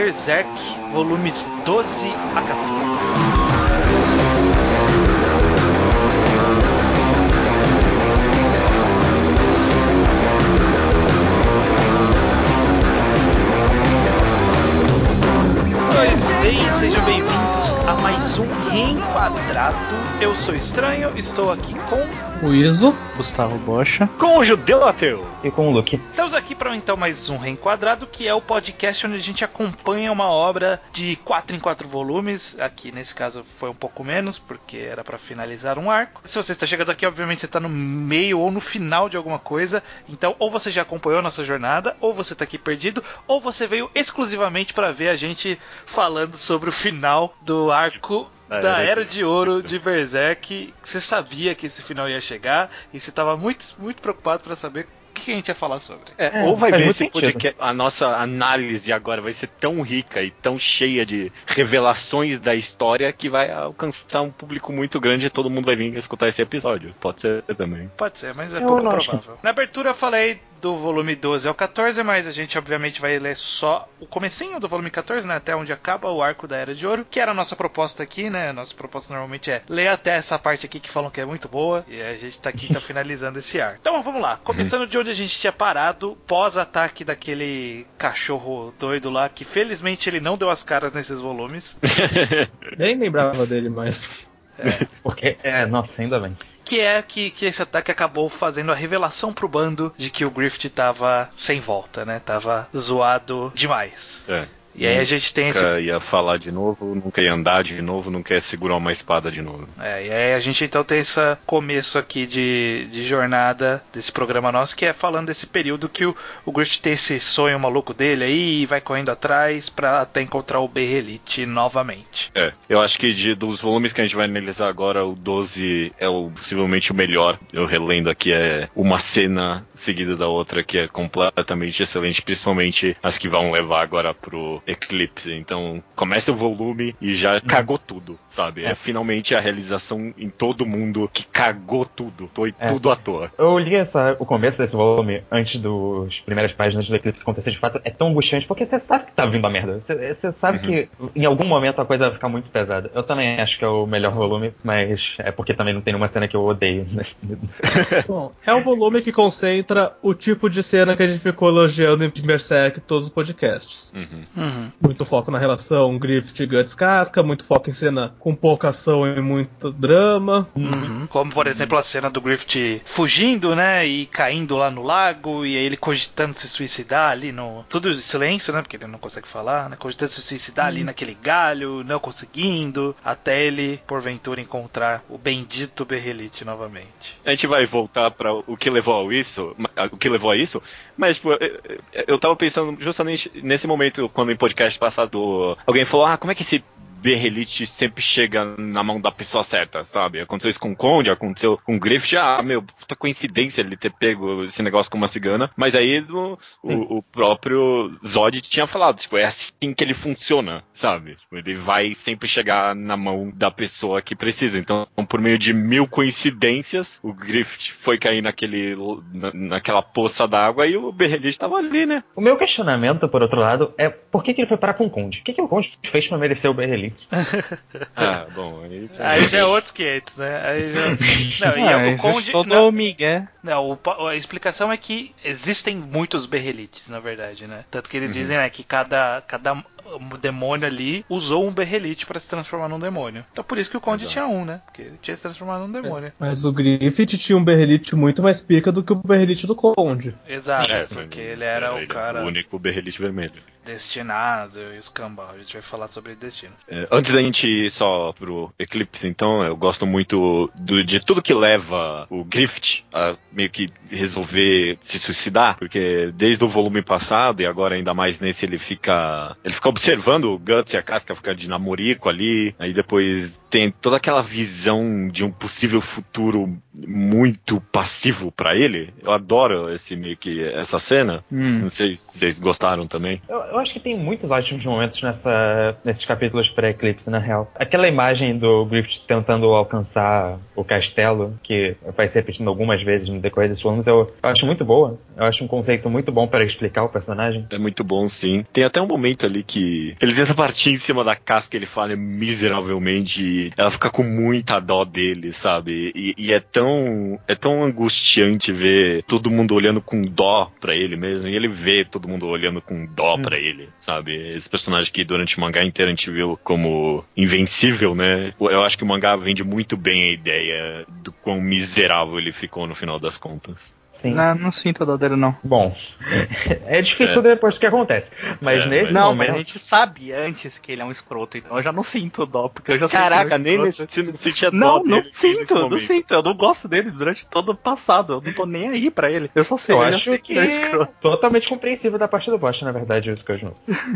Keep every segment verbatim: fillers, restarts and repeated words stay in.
Berserk, volumes doze a quatorze. Bem, sejam bem-vindos a mais um Reenquadrado. Eu sou Estranho, estou aqui com o Iso, Gustavo Bocha, com o Judeu Ateu e com o Luke. Estamos aqui para então mais um Reenquadrado, que é o podcast onde a gente acompanha uma obra de quatro em quatro volumes. Aqui nesse caso foi um pouco menos, porque era para finalizar um arco. Se você está chegando aqui, obviamente você está no meio ou no final de alguma coisa. Então, ou você já acompanhou a nossa jornada, ou você está aqui perdido, ou você veio exclusivamente para ver a gente falando sobre o final do arco da, da Era de Ouro de Berserk. Você sabia que esse final ia chegar e você estava muito, muito preocupado para saber o que a gente ia falar sobre. É, é, ou vai ver esse podcast, a nossa análise agora vai ser tão rica e tão cheia de revelações da história que vai alcançar um público muito grande e todo mundo vai vir escutar esse episódio. Pode ser também. Pode ser, mas é eu pouco acho. provável. Na abertura eu falei do volume doze ao quatorze, mas a gente obviamente vai ler só o comecinho do volume quatorze, né, até onde acaba o arco da Era de Ouro, que era a nossa proposta aqui, né? A nossa proposta normalmente é ler até essa parte aqui que falam que é muito boa, e a gente tá aqui tá finalizando esse arco. Então vamos lá, começando uhum. de onde a gente tinha parado, pós-ataque daquele cachorro doido lá, que felizmente ele não deu as caras nesses volumes. Nem lembrava dele mais. É. Porque, é, nossa, ainda bem. Que é que, que esse ataque acabou fazendo a revelação pro bando de que o Griffith tava sem volta, né? Tava zoado demais. É. E aí a gente tem esse... Nunca ia falar de novo, nunca ia andar de novo, nunca ia segurar uma espada de novo. É, e aí a gente então tem esse começo aqui de, de jornada desse programa nosso, que é falando desse período que o, o Griffith tem esse sonho maluco dele aí e vai correndo atrás pra até encontrar o Behelite novamente. É, eu acho que de, dos volumes que a gente vai analisar agora, o doze é o, possivelmente o melhor. Eu relendo aqui, é uma cena seguida da outra que é completamente excelente, principalmente as que vão levar agora pro Eclipse. Então começa o volume e já cagou tudo, sabe? É, é finalmente a realização em todo mundo que cagou tudo. Foi é. tudo à toa. Eu li essa, o começo desse volume antes das primeiras páginas do Eclipse acontecer de fato. É tão angustiante porque você sabe que tá vindo a merda. Você, você sabe uhum. que em algum momento a coisa vai ficar muito pesada. Eu também acho que é o melhor volume, mas é porque também não tem nenhuma cena que eu odeio. Né? Bom, é um volume que concentra o tipo de cena que a gente ficou elogiando em Berserk todos os podcasts. Uhum. Uhum. Muito foco na relação Griffith e Guts Casca, muito foco em cena com pouca ação e muito drama. Uhum. Como, por exemplo, a cena do Griffith fugindo, né, e caindo lá no lago, e aí ele cogitando se suicidar ali no... Tudo em silêncio, né, porque ele não consegue falar, né, cogitando se suicidar uhum. ali naquele galho, não conseguindo, até ele, porventura, encontrar o bendito Behelite novamente. A gente vai voltar para o que levou a isso, o que levou a isso, mas, tipo, eu, eu tava pensando justamente nesse momento, quando em podcast passado, alguém falou, ah, como é que esse Behelite sempre chega na mão da pessoa certa, sabe? Aconteceu isso com o Conde, aconteceu com o Griffith, ah, meu, puta coincidência ele ter pego esse negócio com uma cigana, mas aí o, o, o próprio Zod tinha falado, tipo, é assim que ele funciona, sabe? Tipo, ele vai sempre chegar na mão da pessoa que precisa, então por meio de mil coincidências, o Griffith foi cair naquele, na, naquela poça d'água e o Behelite tava ali, né? O meu questionamento, por outro lado, é por que, que ele foi parar com o Conde? O que, que o Conde fez pra merecer o Behelite? Ah, bom, aí já, aí já é outros quinhentos, né? Aí já... Não, e ah, o Conde... Todo não, Miguel. Não, o, a explicação é que existem muitos Behelites, na verdade, né? Tanto que eles uhum. dizem, né, que cada, cada demônio ali usou um Behelite pra se transformar num demônio. Então por isso que o Conde Exato. tinha um, né? Porque ele tinha se transformado num demônio. É, mas o Griffith tinha um Behelite muito mais pica do que o Behelite do Conde. Exato, é, porque ele era o cara... O único Behelite vermelho. Destinado e escambau. A gente vai falar sobre destino. É, antes da gente ir só pro Eclipse, então, eu gosto muito do, de tudo que leva o Griffith a meio que resolver se suicidar, porque desde o volume passado e agora ainda mais nesse ele fica ele fica observando o Guts e a Casca ficar de namorico ali, aí depois tem toda aquela visão de um possível futuro muito passivo pra ele. Eu adoro esse meio que essa cena. Hum. Não sei se vocês gostaram também. Eu, eu acho que tem muitos ótimos momentos nessa, nesses capítulos pré-eclipse, na real. Aquela imagem do Griffith tentando alcançar o castelo, que vai se repetindo algumas vezes no decorrer desses volumes, eu, eu acho muito boa. Eu acho um conceito muito bom para explicar o personagem. É muito bom, sim. Tem até um momento ali que ele ele tenta partir em cima da casca, ele falha miseravelmente, e ela fica com muita dó dele, sabe? E, e é tão é tão angustiante ver todo mundo olhando com dó pra ele mesmo, e ele vê todo mundo olhando com dó hum. pra ele, sabe? Esse personagem que durante o mangá inteiro a gente viu como invencível, né? Eu acho que o mangá vende muito bem a ideia do quão miserável ele ficou no final das contas. Sim. Não, não sinto a dó dele, não. Bom, é difícil é. depois do que acontece. Mas é, nesse não, momento... mas a gente sabe antes que ele é um escroto, então eu já não sinto dó, porque eu já Caraca, sei que ele é um nem você não sentia dó Não, dele não sinto, momento. não sinto. Eu não gosto dele durante todo o passado. Eu não tô nem aí pra ele. Eu só sei, eu eu acho sei que, que ele é escroto. Totalmente compreensível da parte do Bosch, na verdade, isso que eu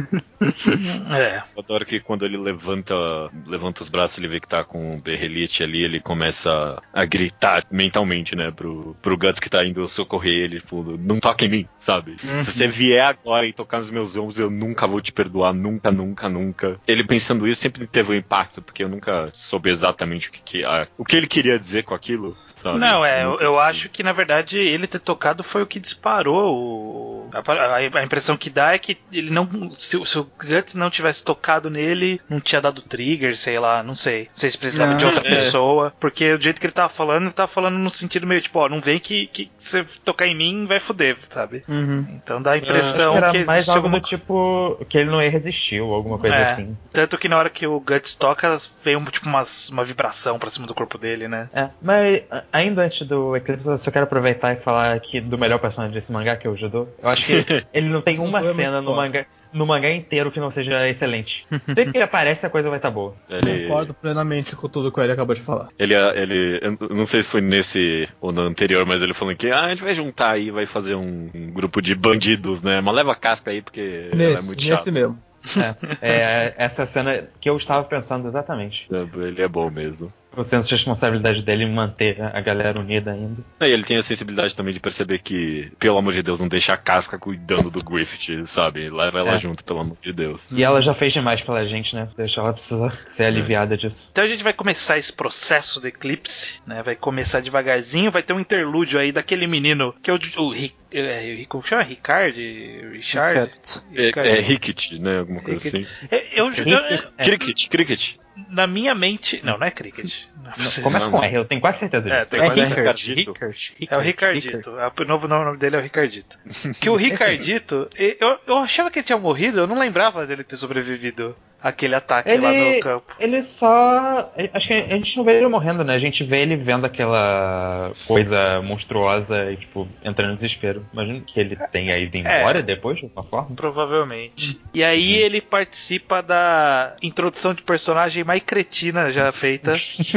É. Eu adoro que quando ele levanta, levanta os braços, ele vê que tá com o Berrelite ali, ele começa a gritar mentalmente, né, pro, pro Guts que tá indo socorrer ele. Não toca em mim, sabe? Uhum. Se você vier agora e tocar nos meus ombros, eu nunca vou te perdoar, nunca, nunca, nunca. Ele pensando isso sempre teve um impacto, porque eu nunca soube exatamente o que, que, ah, o que ele queria dizer com aquilo. Sabe? Não, é, eu, eu acho que na verdade ele ter tocado foi o que disparou o, a, a impressão que dá é que ele não, se, se o Guts não tivesse tocado nele, não tinha dado trigger, sei lá, não sei. Não sei se precisava não, de outra é. pessoa, porque o jeito que ele tava falando, ele tava falando no sentido meio tipo, ó, não vem que, que você tocar em mim vai foder, sabe? Uhum. Então dá a impressão que era que mais algo alguma... do tipo que ele não ia resistir ou alguma coisa é, assim. Tanto que na hora que o Guts toca, vem tipo umas, uma vibração pra cima do corpo dele, né? É, mas ainda antes do Eclipse, eu só quero aproveitar e falar aqui do melhor personagem desse mangá, que é o Judô. Eu acho que ele não tem uma cena no mangá, no mangá inteiro que não seja excelente. Sempre que ele aparece, a coisa vai estar tá boa. Ele... Concordo plenamente com tudo que ele acabou de falar. Ele, ele, eu não sei se foi nesse ou no anterior, mas ele falou que ah, a gente vai juntar aí, vai fazer um, um grupo de bandidos, né? Mas leva a casca aí, porque nesse, ela é muito chata. Nesse mesmo. É, é essa cena que eu estava pensando exatamente. Ele é bom mesmo. O senso de responsabilidade dele em manter a galera unida ainda. É, e ele tem a sensibilidade também de perceber que, pelo amor de Deus, não deixa a casca cuidando do Griffith, sabe? Leva ela é. junto, pelo amor de Deus. E ela já fez demais pela gente, né? Deixa ela precisar ser aliviada disso. Então a gente vai começar esse processo do eclipse, né? Vai começar devagarzinho, vai ter um interlúdio aí daquele menino que é o, o é, como chama? Ricard? Richard? É, é Rickett, né? Alguma coisa Rickett. assim. É, eu, eu, eu, Cricket, Cricket. Na minha mente. Não, não é Cricket. Não, começa com R, eu tenho quase certeza disso. É, é, quase Ricardito. É o Ricardito. O novo nome dele é o Ricardito. Que o Ricardito, eu, eu achava que ele tinha morrido, eu não lembrava dele ter sobrevivido àquele ataque ele, lá no campo. Ele só. Acho que a gente não vê ele morrendo, né? A gente vê ele vendo aquela coisa monstruosa e, tipo, entrando em desespero. Imagino que ele tenha ido embora é, depois, de alguma forma. Provavelmente. E aí uhum. ele participa da introdução de personagem mais cretina já feita.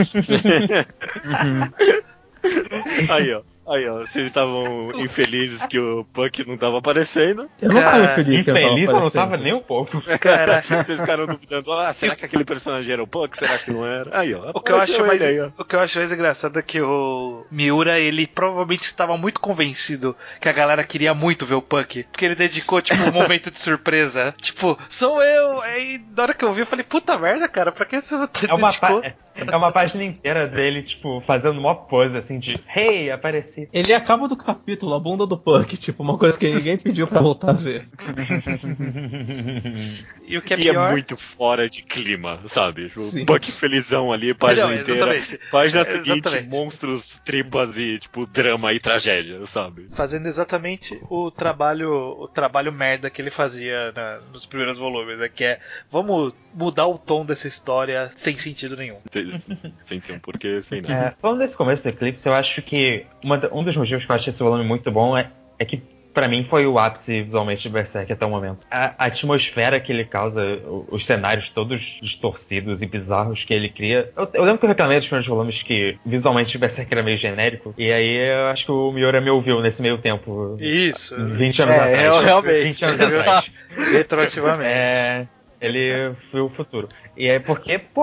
uhum. Aí, ó. Aí, ó, vocês estavam infelizes que o Puck não tava aparecendo. Eu não tava infeliz que infeliz, eu não tava nem um pouco. Cara, vocês ficaram duvidando, ah, será que aquele personagem era o Puck? Será que não era? Aí, ó. O que eu acho mais, aí, o que eu acho mais engraçado é que o Miura, ele provavelmente estava muito convencido que a galera queria muito ver o Puck, porque ele dedicou, tipo, um momento de surpresa. Tipo, sou eu! Aí, na hora que eu vi, eu falei, puta merda, cara, pra que você é uma dedicou? É uma página inteira dele, tipo, fazendo uma pose, assim, de hey, apareci. Ele acaba do capítulo, a bunda do Puck, tipo, uma coisa que ninguém pediu pra voltar a ver. E o que é e pior... é muito fora de clima, sabe? Sim. O Puck felizão ali, página Não, inteira. Página é, seguinte, exatamente. Monstros, tripas e, tipo, drama e tragédia, sabe? Fazendo exatamente o trabalho o trabalho merda que ele fazia na, nos primeiros volumes, né? Que é, vamos mudar o tom dessa história sem sentido nenhum. Sem ter um porquê, sem nada. É, falando desse começo do Eclipse, eu acho que uma, um dos motivos que eu achei esse volume muito bom é, é que pra mim foi o ápice visualmente de Berserk até o momento. A, a atmosfera que ele causa, os, os cenários todos distorcidos e bizarros que ele cria. Eu, eu lembro que eu reclamei dos primeiros volumes que visualmente Berserk era meio genérico, e aí eu acho que o Miura me ouviu nesse meio tempo. Isso. vinte anos é, atrás. Eu, realmente. vinte anos atrás. Retroativamente. É, ele viu o futuro. E é porque, porra,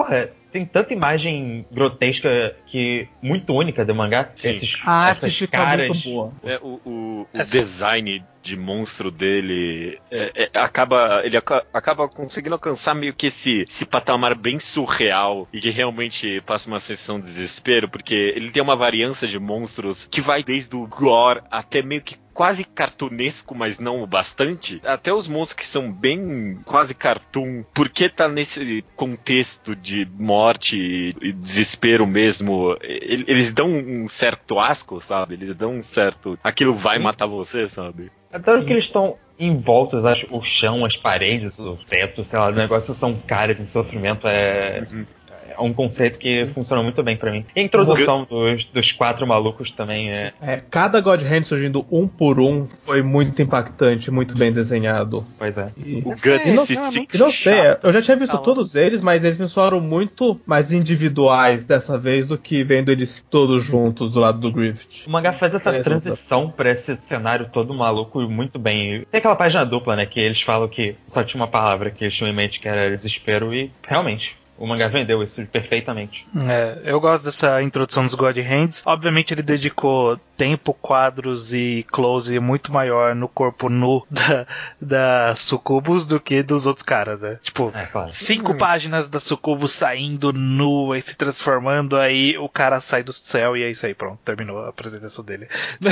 tem tanta imagem grotesca que muito única do mangá. Esses, A arte essas fica caras, muito boa. É, o o, o Essa- design de monstro dele é, é, acaba ele aca- acaba conseguindo alcançar meio que esse, esse patamar bem surreal e que realmente passa uma sensação de desespero, porque ele tem uma variância de monstros que vai desde o gore até meio que quase cartunesco, mas não o bastante. Até os monstros que são bem quase cartoon, porque tá nesse contexto de morte e desespero mesmo, e- eles dão um certo asco, sabe? Eles dão um certo... Aquilo vai Sim. matar você, sabe? Adoro que eles estão envoltos, acho, o chão, as paredes, o teto, sei lá, o negócio são caras em sofrimento. É, Uhum. é um conceito que funciona muito bem pra mim. E a introdução dos, dos quatro malucos também é. É, cada God Hand surgindo um por um foi muito impactante, muito bem desenhado. Pois é. E, O É Guts se, se, extremamente e não sei, chato. eu já tinha visto Fala. todos eles, mas eles me soaram muito mais individuais dessa vez do que vendo eles todos juntos do lado do Griffith. O mangá faz essa É, transição pra esse cenário todo maluco muito bem. Tem aquela página dupla, né? Que eles falam que só tinha uma palavra que eles tinham em mente, que era desespero, e realmente. O mangá vendeu isso perfeitamente. É, eu gosto dessa introdução dos God Hands. Obviamente ele dedicou tempo, quadros e close muito maior no corpo nu da, da Sucubus do que dos outros caras, né? Tipo, É, claro. cinco páginas da Sucubus saindo nua e se transformando, aí o cara sai do céu e é isso aí, pronto, terminou a apresentação dele.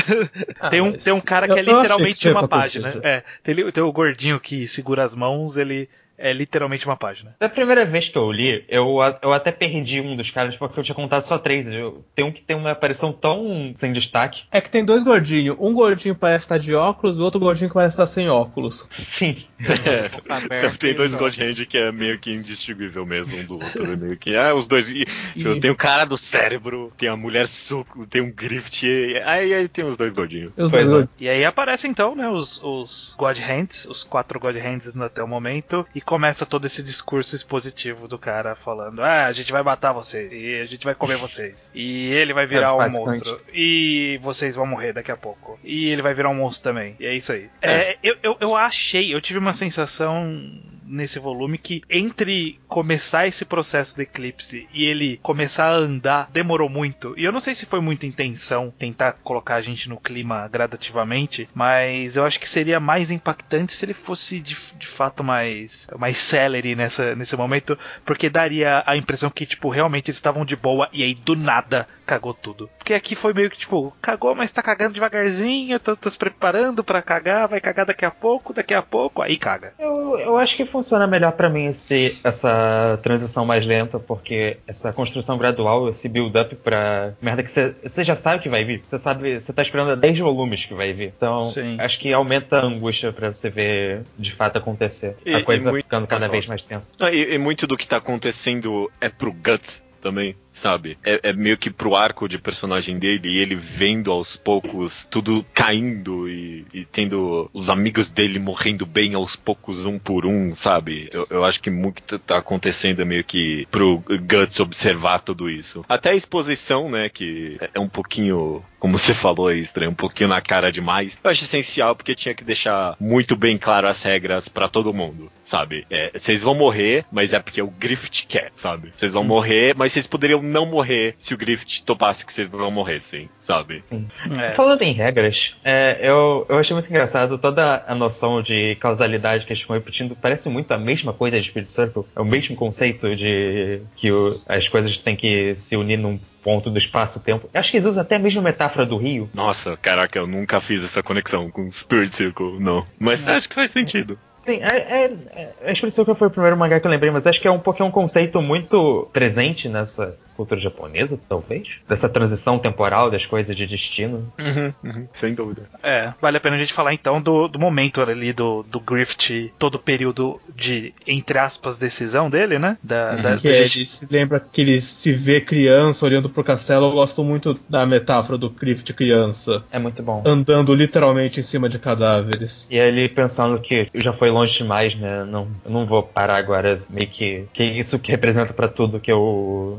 Ah, tem, um, mas tem um cara eu- que é eu achei que literalmente isso ia uma acontecer página. já. É, tem, tem o gordinho que segura as mãos, ele é literalmente uma página. Da primeira vez que eu li, eu, a- eu até perdi um dos caras porque eu tinha contado só três. Eu, tem um que tem uma aparição tão sem destaque. É que tem dois gordinhos. Um gordinho parece estar de óculos, o outro gordinho que parece estar sem óculos. Sim. É, Boca aberta tem e dois pronto. God Hand que é meio que indistinguível mesmo um do outro. É meio que, ah, os dois. E, tipo, tem o cara do cérebro, tem a mulher suco, tem um Grift, e aí, aí tem os dois gordinhos. E os Pois dois é. gordinhos. E aí aparecem então, né, os, os God Hands, os quatro God Hands no- até o momento, e começa todo esse discurso expositivo do cara falando: ah, a gente vai matar vocês, e a gente vai comer vocês, e ele vai virar É, um basicamente. monstro, e vocês vão morrer daqui a pouco, e ele vai virar um monstro também, e é isso aí. É, eu, eu, eu achei, eu tive uma sensação nesse volume que entre começar esse processo do eclipse e ele começar a andar demorou muito, e eu não sei se foi muita intenção tentar colocar a gente no clima gradativamente, mas eu acho que seria mais impactante se ele fosse de, de fato mais mais celery nessa, nesse momento, porque daria a impressão que tipo realmente eles estavam de boa e aí do nada cagou tudo. Porque aqui foi meio que tipo, cagou, mas tá cagando devagarzinho, tô, tô se preparando pra cagar, vai cagar daqui a pouco, daqui a pouco, aí caga. Eu, eu acho que funciona melhor pra mim esse, essa transição mais lenta, porque essa construção gradual, esse build-up pra merda que você já sabe que vai vir. Você sabe, você tá esperando há dez volumes que vai vir. Então, Sim. acho que aumenta a angústia pra você ver de fato acontecer. E- a coisa e muito- ficando cada Pode vez falar. mais tensa. Ah, e, e muito do que tá acontecendo é pro Guts também, sabe? É, é meio que pro arco de personagem dele, e ele vendo aos poucos tudo caindo e, e tendo os amigos dele morrendo bem aos poucos, um por um, sabe? Eu, eu acho que muito que tá acontecendo é meio que pro Guts observar tudo isso. Até a exposição, né, que é- é um pouquinho, como você falou aí, estranho, um pouquinho na cara demais. Eu acho essencial porque tinha que deixar muito bem claro as regras pra todo mundo, sabe? É, vocês vão morrer, mas é porque o Griffith quer, sabe? Vocês vão morrer, mas vocês poderiam não morrer se o Griffith topasse que vocês não morressem, sabe? É. Falando em regras, é, eu, eu achei muito engraçado toda a noção de causalidade que eles estão repetindo. Parece muito a mesma coisa de Spirit Circle. É o mesmo conceito de que o- as coisas têm que se unir num ponto do espaço-tempo. Eu acho que eles usam até a mesma metáfora do rio. Nossa, caraca, eu nunca fiz essa conexão com Spirit Circle, não. Mas acho que faz sentido. Sim, é, é, é, a Spirit Circle foi o primeiro mangá que eu lembrei, mas acho que é um porque é um conceito muito presente nessa cultura japonesa, talvez. Dessa transição temporal das coisas de destino. Uhum, uhum, sem dúvida. É, vale a pena a gente falar então do, do momento ali do, do Griffith, todo o período de, entre aspas, decisão dele, né? Da, da, Que da é, gente- ele se lembra que ele se vê criança olhando pro castelo. Eu gosto muito da metáfora do Griffith criança, É muito bom. andando literalmente em cima de cadáveres. E ele pensando que já foi longe demais, né? Não, eu não vou parar agora. Meio que, que isso que representa pra tudo que eu, todos os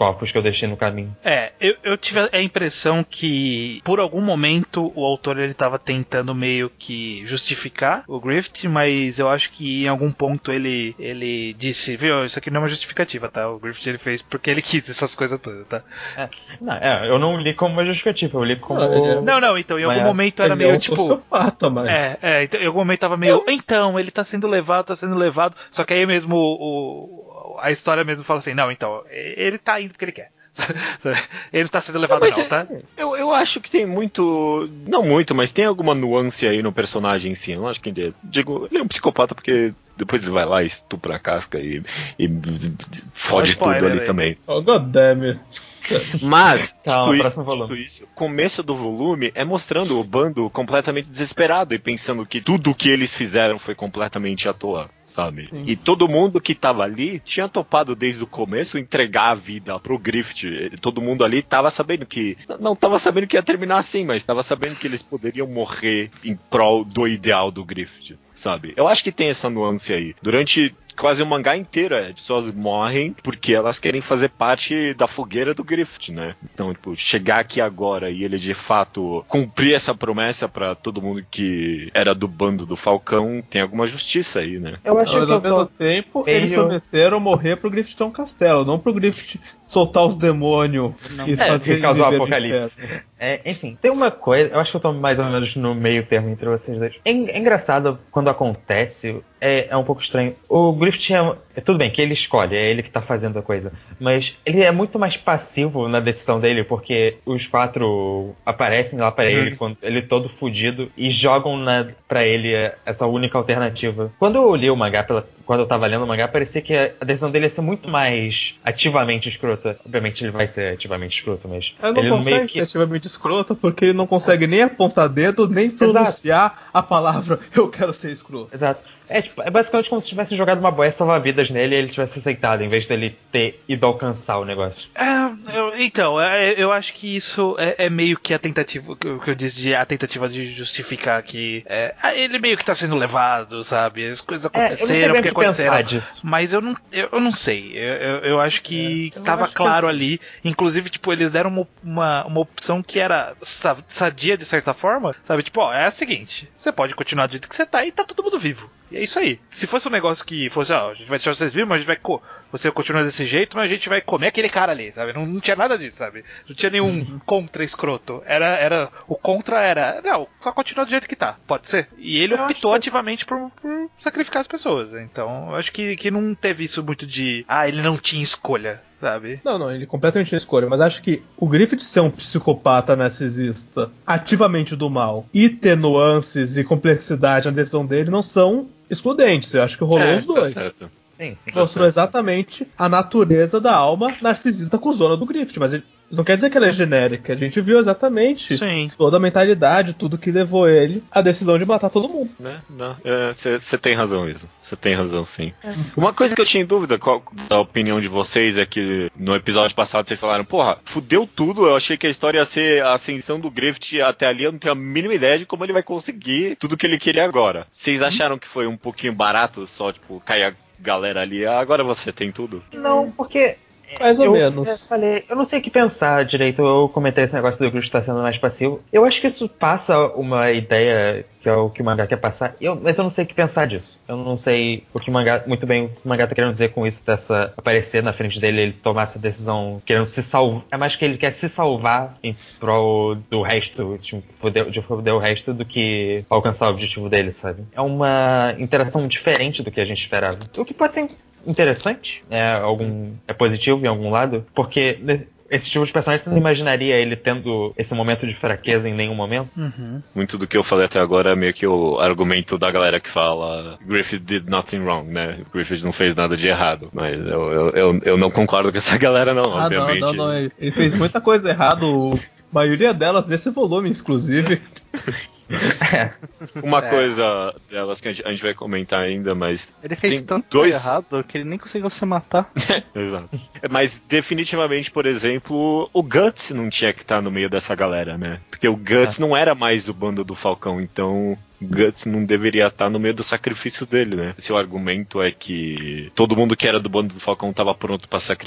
corpos que eu deixei no caminho. É, eu, eu tive a impressão que por algum momento o autor ele tava tentando meio que justificar o Griffith, mas eu acho que em algum ponto ele, ele disse, viu, isso aqui não é uma justificativa, tá? O Griffith ele fez porque ele quis essas coisas todas, tá? É, não, é, eu não li como uma justificativa, eu li como... Não, ele é- Não, não, então em algum Mas momento era Ele meio é um tipo... sociopata, mas... É, é, então, em algum momento tava meio. Então, ele tá sendo levado, tá sendo levado. Só que aí mesmo o, o- a história mesmo fala assim: não, então, ele tá indo porque ele quer. Ele não tá sendo levado, Não, não, mas tá? Eu, eu acho que tem muito. Não muito, mas tem alguma nuance aí no personagem em si. Eu não acho que ele é. Digo, ele é um psicopata porque depois ele vai lá e estupra a casca e, e fode spoiler, tudo ali velho. também. Oh, goddammit. Mas, Calma, dito, próximo isso, volume. dito isso, o começo do volume é mostrando o bando completamente desesperado e pensando que tudo o que eles fizeram foi completamente à toa, sabe? Sim. E todo mundo que tava ali tinha topado desde o começo entregar a vida pro Griffith. Todo mundo ali tava sabendo que... Não tava sabendo que ia terminar assim, mas tava sabendo que eles poderiam morrer em prol do ideal do Griffith, sabe? Eu acho que tem essa nuance aí. Durante... Quase o mangá inteiro, as pessoas morrem porque elas querem fazer parte da fogueira do Griffith, né? Então, tipo, chegar aqui agora e ele de fato cumprir essa promessa pra todo mundo que era do bando do Falcão, tem alguma justiça aí, né? Eu acho Mas que ao eu mesmo tô... tempo, meio- eles prometeram morrer pro Griffith ter um castelo, não pro Griffith soltar os demônios Não. e É, fazer que causou o viver no apocalipse. inferno. É, enfim, tem uma coisa, eu acho que eu tô mais ou menos no meio termo entre vocês dois. É, en- é engraçado quando acontece, é, é um pouco estranho. O Griffith é, é tudo bem que ele escolhe, é ele que tá fazendo a coisa, mas ele é muito mais passivo na decisão dele, porque os quatro aparecem lá pra ele, quando ele todo fudido, e jogam na, pra ele essa única alternativa. Quando eu li o mangá, pela, quando eu tava lendo o mangá, parecia que a, a decisão dele ia ser muito mais ativamente escrota. Obviamente ele vai ser ativamente escroto, mas Ela não ele consegue meio que... ser ativamente escrota porque ele não consegue nem apontar dedo, nem pronunciar a palavra eu quero ser escroto. Exato. É, tipo, é basicamente como se tivesse jogado uma boia salva-vidas nele e ele tivesse aceitado, em vez dele ter ido alcançar o negócio. É, eu- então, é, eu acho que isso é, é meio que a tentativa, o que eu- que eu disse, de- a tentativa de justificar que é, ah, ele meio que tá sendo levado, sabe? As coisas É, eu não sei aconteceram bem o porque que pensar aconteceram. disso. Mas eu não, eu, eu não sei. Eu, eu, eu acho que É, eu tava acho que claro assim- ali. Inclusive, tipo, eles deram uma, uma, uma opção que era sa- sadia de certa forma, sabe? Tipo, ó, é a seguinte: você pode continuar do jeito que você tá e tá todo mundo vivo. E é isso aí. Se fosse um negócio que fosse, ó, a gente vai deixar vocês vivos, mas a gente vai. Co- você continua desse jeito, mas a gente vai comer aquele cara ali, sabe? Não, não tinha nada disso, sabe? Não tinha nenhum contra escroto. Era, era. O contra era. Não, só continua do jeito que tá. Pode ser. E ele Eu acho optou que- ativamente por, por sacrificar as pessoas. Então, eu acho que, que não teve isso muito de. Ah, ele não tinha escolha, sabe? Não, não, ele completamente não escolha, mas acho que o Griffith ser um psicopata narcisista ativamente do mal e ter nuances e complexidade na decisão dele não são excludentes. Eu acho que rolou É, os dois. Tá certo. Sim, sim. Mostrou exatamente a natureza da alma narcisista cuzona do Griffith, mas ele- isso não quer dizer que ela é genérica. A gente viu exatamente Sim. toda a mentalidade, tudo que levou ele à decisão de matar todo mundo. Né? Você tem razão, Isa. Você tem razão, sim. Uma coisa que eu tinha em dúvida, qual da opinião de vocês, é que no episódio passado vocês falaram, porra, fudeu tudo, eu achei que a história ia ser a ascensão do Griffith até ali, eu não tenho a mínima ideia de como ele vai conseguir tudo que ele queria agora. Vocês acharam que foi um pouquinho barato, só, tipo, cair a galera ali, ah, agora você tem tudo? Não, porque... Mais ou eu, menos. Eu falei, eu não sei o que pensar direito. Eu comentei esse negócio do Griffith estar sendo mais passivo. Eu acho que isso passa uma ideia que é o que o mangá quer passar. Eu, mas eu não sei o que pensar disso. Eu não sei o que o mangá, muito bem o que o mangá tá querendo dizer com isso, dessa aparecer na frente dele, ele tomar essa decisão, querendo se salvar. É mais que ele quer se salvar em prol do resto, tipo, foder, de foder o resto do que alcançar o objetivo dele, sabe? É uma interação diferente do que a gente esperava. O que pode ser interessante, é, algum, é positivo em algum lado, porque esse tipo de personagem você não imaginaria ele tendo esse momento de fraqueza em nenhum momento. Uhum. Muito do que eu falei até agora é meio que o argumento da galera que fala Griffith did nothing wrong, né? Griffith não fez nada de errado. Mas eu, eu, eu, eu não concordo com essa galera, não, Ah, obviamente. não, não, não. Ele, ele fez muita coisa errada, o- a maioria delas nesse volume, inclusive. É. Uma É. coisa delas que a gente, a gente vai comentar ainda, mas. Ele fez tem tanto dois... errado que ele nem conseguiu se matar. Exato. Mas definitivamente, por exemplo, o Guts não tinha que estar no meio dessa galera, né? Porque o Guts É. não era mais o bando do Falcão, então o Guts não deveria estar no meio do sacrifício dele, né? Se o argumento é que todo mundo que era do bando do Falcão estava pronto para sacrificar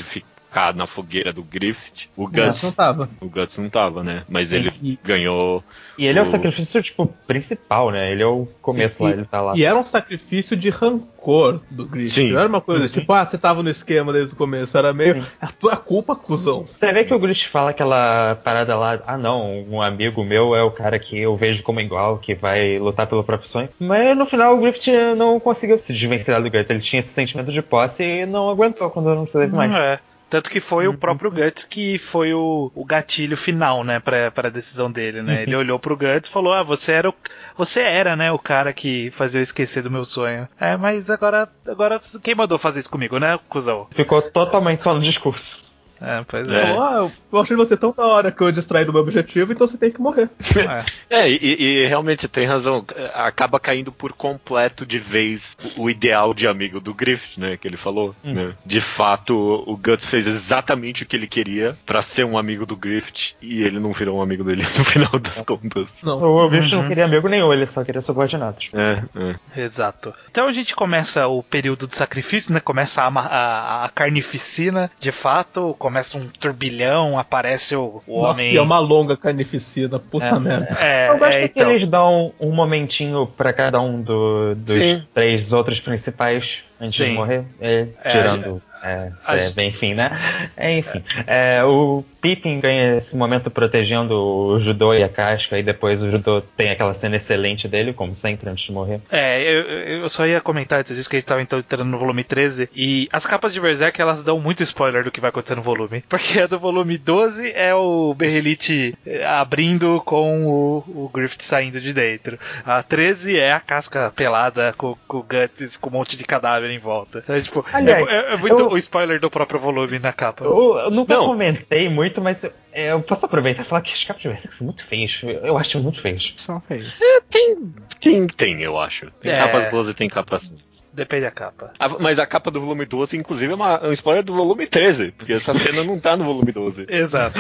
colocar na fogueira do Griffith. O Não, Guts não tava. O Guts não tava, né? Mas ele E- ganhou. E ele é o O- sacrifício, tipo, principal, né? Ele é o começo Sim, lá, e- ele tá lá. E era um sacrifício de rancor do Griffith. Sim. Não era uma coisa Uhum. tipo, ah, você tava no esquema desde o começo. Era meio, Sim. é a tua culpa, cuzão. Você vê que o Griffith fala aquela parada lá, ah não, um amigo meu é o cara que eu vejo como igual, que vai lutar pelo próprio sonho. Mas no final o Griffith não conseguiu se desvencilhar do Guts. Ele tinha esse sentimento de posse e não aguentou quando não teve mais. Hum, é. Tanto que foi Uhum. o próprio Guts que foi o, o gatilho final, né, pra, pra decisão dele, né? Uhum. Ele olhou pro Guts e falou, ah, você era, o, você era, né, o cara que fazia eu esquecer do meu sonho. É, mas agora, agora quem mandou fazer isso comigo, né, cuzão? Ficou totalmente só no discurso. É, pois É. é. Falou, ah, eu achei você tão da hora que eu distraí do meu objetivo, então você tem que morrer. É. É, e, e realmente você tem razão. Acaba caindo por completo de vez o, o ideal de amigo do Griffith, né? Que ele falou. Hum. Né? De fato, o Guts fez exatamente o que ele queria pra ser um amigo do Griffith e ele não virou um amigo dele no final das contas. Não. O Griffith Uhum. não queria amigo nenhum, ele só queria subordinados. É, é. Exato. Então a gente começa o período de sacrifício, né? Começa a, a, a carnificina, de fato. Começa um turbilhão, aparece o, o Nossa, homem. e é uma longa carnificina, puta É. merda. É, Eu gosto é, que então. eles dão um momentinho pra cada um do- dos Sim. três outros principais antes Sim. de morrer. É, É, tirando. É, a é, gente- enfim, né? É, enfim. É, o Pippin ganha esse momento protegendo o Judô e a Casca, e depois o Judô tem aquela cena excelente dele, como sempre, antes de morrer. É, eu, eu só ia comentar antes disso que a gente tava então entrando no volume treze. E as capas de Berserk, elas dão muito spoiler do que vai acontecer no volume. Porque a do volume doze é o Berrelite abrindo com o, o Griffith saindo de dentro. A treze é a casca pelada com, com o Guts, com um monte de cadáver em volta. Então, é, tipo, Aliás, é, é- é muito eu- o spoiler do próprio volume na capa. Eu, eu nunca Não. comentei muito, mas eu, é, eu posso aproveitar e falar que as capas de Berserk são muito feias. Eu, eu acho muito feias. Só fez. Tem, tem, tem, eu acho. Tem É. capas boas e tem capas. Depende da capa. A- mas a capa do volume doze, inclusive, é uma, é um spoiler do volume treze, porque essa cena não tá no volume doze. Exato.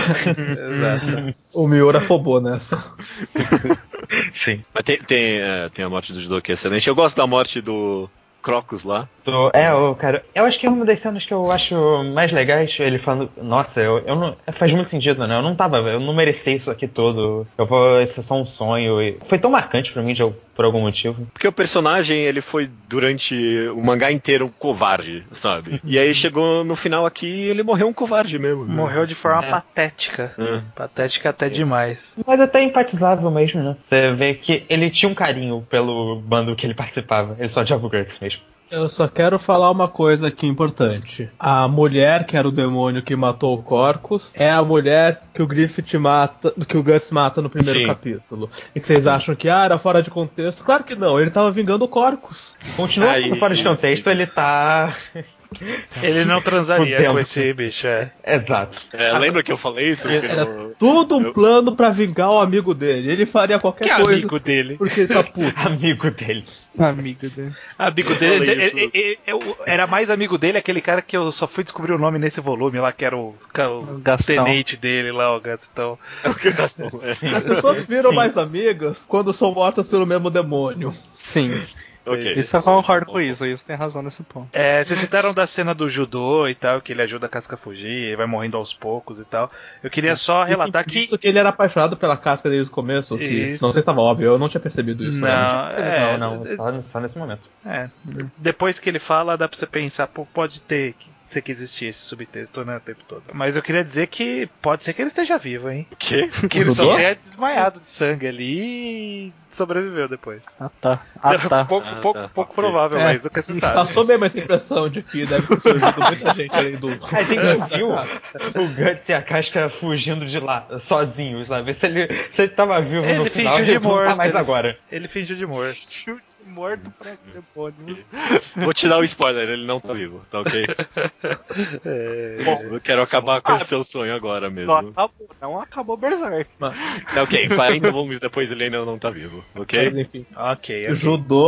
Exato. O Miura afobou nessa. Sim. Mas tem, tem, é, tem a morte do Judô que é excelente. Eu gosto da morte do Crocus lá. Tô- É, eu, cara, eu acho que é uma das cenas que eu acho mais legais, ele falando, nossa, eu, eu não. Faz muito sentido, né? Eu não tava, eu não merecia isso aqui todo. Eu vou. Isso é só um sonho. E foi tão marcante pra mim de, por algum motivo. Porque o personagem, ele foi durante o mangá inteiro um covarde, sabe? E aí chegou no final aqui e ele morreu um covarde mesmo. né? Morreu de forma É. patética. É. Patética até demais. Mas até empatizável mesmo, né? Você vê que ele tinha um carinho pelo bando que ele participava. Ele só odiava o Guts mesmo. Eu só quero falar uma coisa aqui importante. A mulher que era o demônio que matou o Corcus é a mulher que o Griffith mata, que o Guts mata no primeiro Sim. capítulo. E que vocês acham que ah, era fora de contexto? Claro que não, ele tava vingando o Corcus. Continua Aí, sendo fora de contexto, sim. ele tá. Ele não transaria Fudendo. com esse bicho, é. Exato. É, lembra que eu falei isso? Que Era no- tudo um eu- plano pra vingar o amigo dele. Ele faria qualquer Que coisa amigo dele? porque ele tá puto. Amigo dele. Amigo dele. Amigo Eu dele, falei ele- isso. ele- ele- eu- era mais amigo dele aquele cara que eu só fui descobrir o nome nesse volume lá, que era o, o Gastão. tenente dele lá, o Gastão. As pessoas viram mais amigas quando são mortas pelo mesmo demônio. Sim. Ok. Isso eu concordo com isso. Isso tem razão nesse ponto. É, vocês citaram da cena do judô e tal, que ele ajuda a Casca a fugir, ele vai morrendo aos poucos e tal. Eu queria só relatar que. Visto que ele era apaixonado pela casca desde o começo, que Isso. não sei se estava óbvio, eu não tinha percebido isso. né? Não, é, não, não, só, só nesse momento. é, depois que ele fala, dá pra você pensar, pô, pode ter que ser que existia esse subtexto, né, o tempo todo. Mas eu queria dizer que pode ser que ele esteja vivo, hein? O quê? Que ele só Judô? é desmaiado de sangue ali e sobreviveu depois. Ah, tá. Ah, tá. pouco Ah, pouco, tá. pouco Ok. provável, É, mas nunca se sabe. Passou mesmo essa impressão de que deve ter surgido muita gente além do. A gente viu o Guts e a Casca fugindo de lá, sozinhos, sabe? Se ele, se ele tava vivo Ele no fingiu final, de ele não morto, tá mais ele- agora. Ele fingiu de morto. Morto pra demônios. Vou te dar o spoiler, ele não tá vivo, tá ok? Bom, eu quero acabar com Ah, o seu sonho agora Não mesmo. acabou, não acabou Berserk. Tá, ok, quarenta volumes depois ele ainda não tá vivo, ok? Mas enfim. Ok, O Judô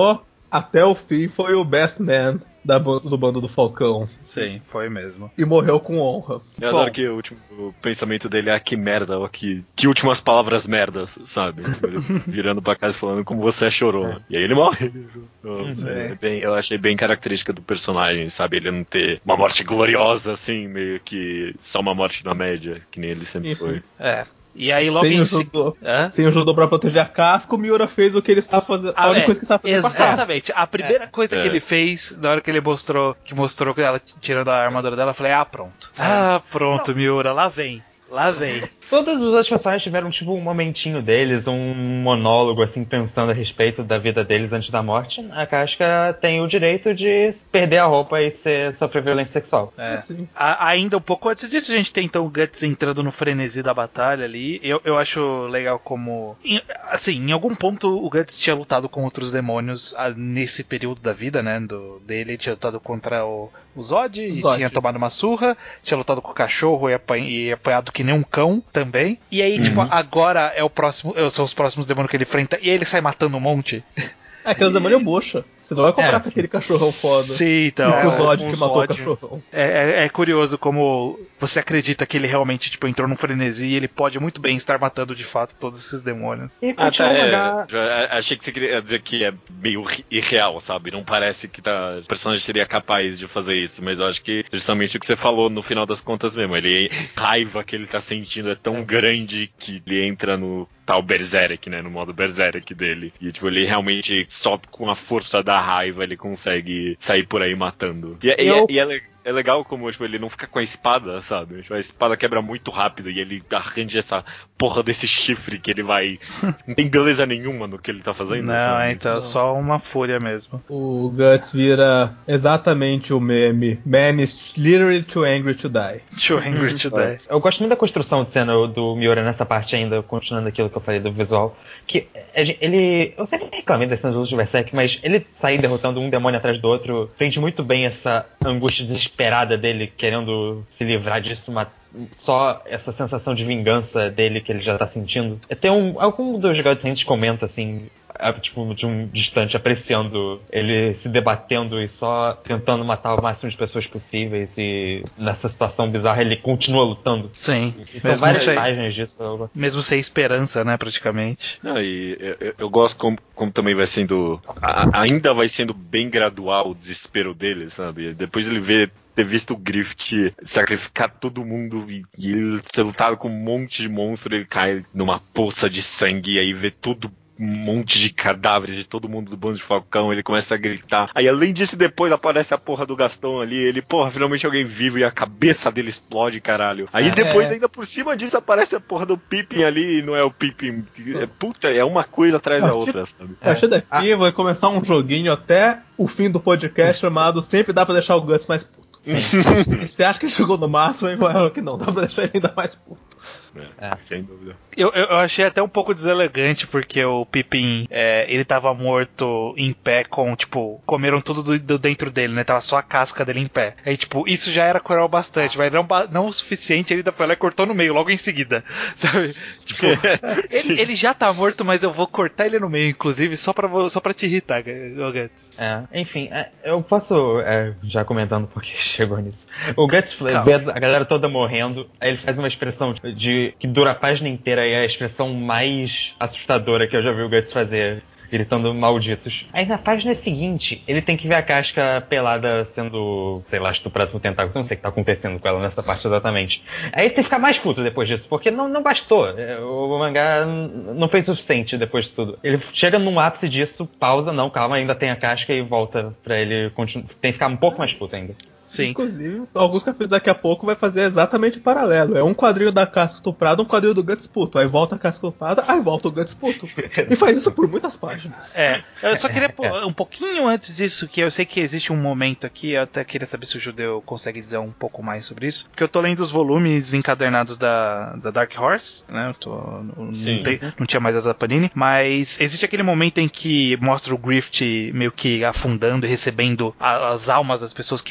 até o fim foi o best man da, do bando do Falcão. Sim, foi mesmo. E morreu com honra. Eu Bom. adoro que o último o pensamento dele é ah, que merda, ó, que, que últimas palavras merdas, sabe? Ele virando pra casa e falando como você chorou. É. E aí ele morre. Nossa, é. É bem, eu achei bem característica do personagem, sabe? Ele não ter uma morte gloriosa, assim, meio que só uma morte na média, que nem ele sempre foi. É. E aí logo sem em o judô, Hã? sem o judô pra proteger a casca, o Miura fez o que ele estava fazendo. A ah, única é, coisa que estava fazendo. Exatamente. A primeira é. coisa é. que ele fez, na hora que ele mostrou, que mostrou ela tirando a armadura dela, eu falei, ah, pronto. É. Ah, pronto, Miura, lá vem. Lá vem. Todos os outros personagens tiveram tipo um momentinho deles, um monólogo assim, pensando a respeito da vida deles antes da morte. A Casca tem o direito de perder a roupa e ser, sofrer violência sexual. É. Assim. A, ainda um pouco antes disso, a gente tem então o Guts entrando no frenesi da batalha ali. Eu, eu acho legal como... Em, assim, em algum ponto o Guts tinha lutado com outros demônios a, nesse período da vida, né, do, dele. Ele tinha lutado contra o, o Zod, e Zod. tinha tomado uma surra. Tinha lutado com o cachorro e, apanha, e apanhado que nem um cão também. E aí, uhum. tipo, agora é o próximo, são os próximos demônios que ele enfrenta e ele sai matando um monte. É, aquele demônio é bucha. Você não vai comprar é, com aquele cachorrão foda. Sim, então. É, o Zod um que matou Zod. o cachorrão. É, é, é curioso como você acredita que ele realmente tipo, entrou num frenesi e ele pode muito bem estar matando de fato todos esses demônios. E ah, tá, é, achei que você queria dizer que é meio irreal, sabe? Não parece que tá, o personagem seria capaz de fazer isso, mas eu acho que justamente o que você falou no final das contas mesmo. Ele, a raiva que ele tá sentindo é tão é. grande que ele entra no tal Berserk, né? No modo Berserk dele. E tipo, ele realmente só com a força da raiva ele consegue sair por aí matando. E, eu... e, é, e é, é legal como tipo, ele não fica com a espada, sabe? Tipo, a espada quebra muito rápido e ele arranja essa porra desse chifre que ele vai... Não tem beleza nenhuma no que ele tá fazendo. Não, sabe? então não. Só uma fúria mesmo. O Guts vira exatamente o meme Man is literally too angry to die. Too angry to die. Eu gosto muito da construção de cena do Miura nessa parte ainda, continuando aquilo que eu falei do visual. Que ele... Eu sempre reclamei das cenas do Berserk, mas ele sair derrotando um demônio atrás do outro prende muito bem essa angústia desesperada dele, querendo se livrar disso, uma, só essa sensação de vingança dele que ele já tá sentindo. Tem um, algum dos jogadores comenta assim, tipo, de um distante, apreciando ele se debatendo e só tentando matar o máximo de pessoas possíveis, e nessa situação bizarra ele continua lutando. Sim. E são várias sem, páginas disso. Mesmo sem esperança, né, praticamente. Não, e eu, eu gosto como, como também vai sendo, a, ainda vai sendo bem gradual o desespero dele, sabe? Depois ele vê ter visto o Griffith sacrificar todo mundo e, e ele ter lutado com um monte de monstro, ele cai numa poça de sangue e aí vê tudo, um monte de cadáveres de todo mundo do bando de Falcão, ele começa a gritar. Aí além disso, depois aparece a porra do Gastão ali, ele, porra, finalmente alguém vivo, e a cabeça dele explode, caralho. Aí é. depois, ainda por cima disso, aparece a porra do Pippin ali, e não é o Pippin. É, puta, é uma coisa atrás da outra, sabe? A partir daqui vai começar um joguinho até o fim do podcast chamado Sempre Dá Pra Deixar o Guts Mais Puto. E você acha que ele chegou no máximo e vai que não, dá pra deixar ele ainda mais puto. É, é. Sem dúvida. Eu, eu achei até um pouco deselegante, porque o Pippin, é, ele tava morto em pé com, tipo, comeram tudo do, do dentro dele, né? Tava só a casca dele em pé. Aí, tipo, isso já era cruel bastante, mas não, não o suficiente, ele ainda foi lá e cortou no meio, logo em seguida. Sabe? Tipo, ele, ele já tá morto, mas eu vou cortar ele no meio, inclusive, só pra, só pra te irritar, Guts. É, enfim, é, eu posso, é, já comentando porque chegou nisso. O Guts vê a galera toda morrendo, aí ele faz uma expressão de que dura a página inteira e é a expressão mais assustadora que eu já vi o Guts fazer, gritando malditos. Aí na página seguinte, ele tem que ver a Casca pelada sendo, sei lá, estuprada por tentáculos. Eu não sei o que tá acontecendo com ela nessa parte exatamente. Aí ele tem que ficar mais puto depois disso, porque não, não bastou. O mangá não fez o suficiente depois de tudo. Ele chega num ápice disso, pausa, não, calma, ainda tem a Casca e volta pra ele continuar. Tem que ficar um pouco mais puto ainda. Sim. Inclusive, alguns capítulos daqui a pouco vai fazer exatamente o paralelo. É um quadrinho da Casca estuprada, um quadrinho do Guts puto. Aí volta a Casca estuprada, aí volta o Guts puto. E faz isso por muitas páginas. É, eu só queria um pouquinho antes disso, que eu sei que existe um momento aqui, eu até queria saber se o Judeu consegue dizer um pouco mais sobre isso, porque eu tô lendo os volumes encadernados da, da Dark Horse, né, eu tô, não, tem, não tinha mais as Panini, mas existe aquele momento em que mostra o Griffith meio que afundando e recebendo a, as almas das pessoas que morreram,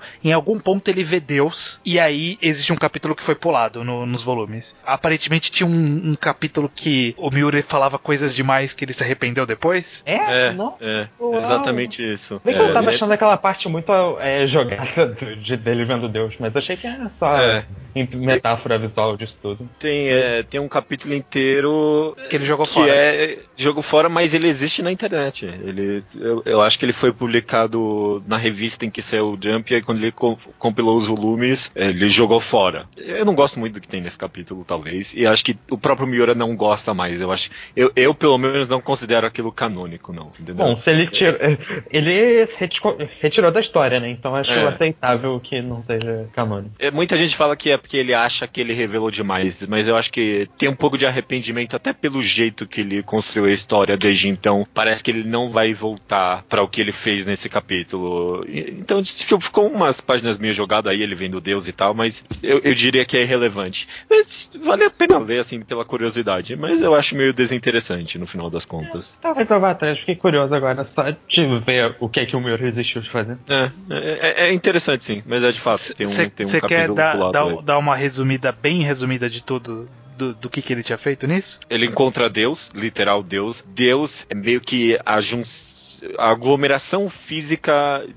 em algum ponto ele vê Deus, e aí existe um capítulo que foi pulado no, nos volumes. Aparentemente tinha um, um capítulo que o Miura falava coisas demais que ele se arrependeu depois. É? É, Não? é, Uau. exatamente isso. Bem que eu É, tava é- achando aquela parte muito é, jogada do- de dele vendo Deus, mas achei que era só É. em metáfora visual disso tudo. Tem, é, tem um capítulo inteiro Que ele jogou que fora. é jogo fora, mas ele existe na internet. Ele, eu, eu acho que ele foi publicado na revista em que saiu o Jump, e aí quando ele co- compilou os volumes, ele jogou fora. Eu não gosto muito do que tem nesse capítulo, talvez, e acho que o próprio Miura não gosta mais. Eu acho, eu, eu pelo menos não considero aquilo canônico, não. Entendeu? Bom, se ele tirou. Ele retirou, retirou da história, né? Então acho É. aceitável que não seja canônico. É, muita gente fala que é porque ele acha que ele revelou demais, mas eu acho que tem um pouco de arrependimento até pelo jeito que ele construiu a história desde então. Parece que ele não vai voltar pra o que ele fez nesse capítulo. E- Então tipo, ficou umas páginas meio jogadas aí, ele vendo Deus e tal, mas eu, eu diria que é irrelevante. Mas vale a pena ler, assim, pela curiosidade, mas eu acho meio desinteressante no final das contas. Talvez eu vá atrás, fiquei curioso agora só de ver o que é que o Miura resistiu de fazer. É, é, é interessante sim, mas é de fato, tem um, tem um Você quer capítulo dar, pulado aí. dar, dar uma resumida, bem resumida de tudo, do, do que, que ele tinha feito nisso? Ele encontra Deus, literal Deus. Deus é meio que a junção, a aglomeração física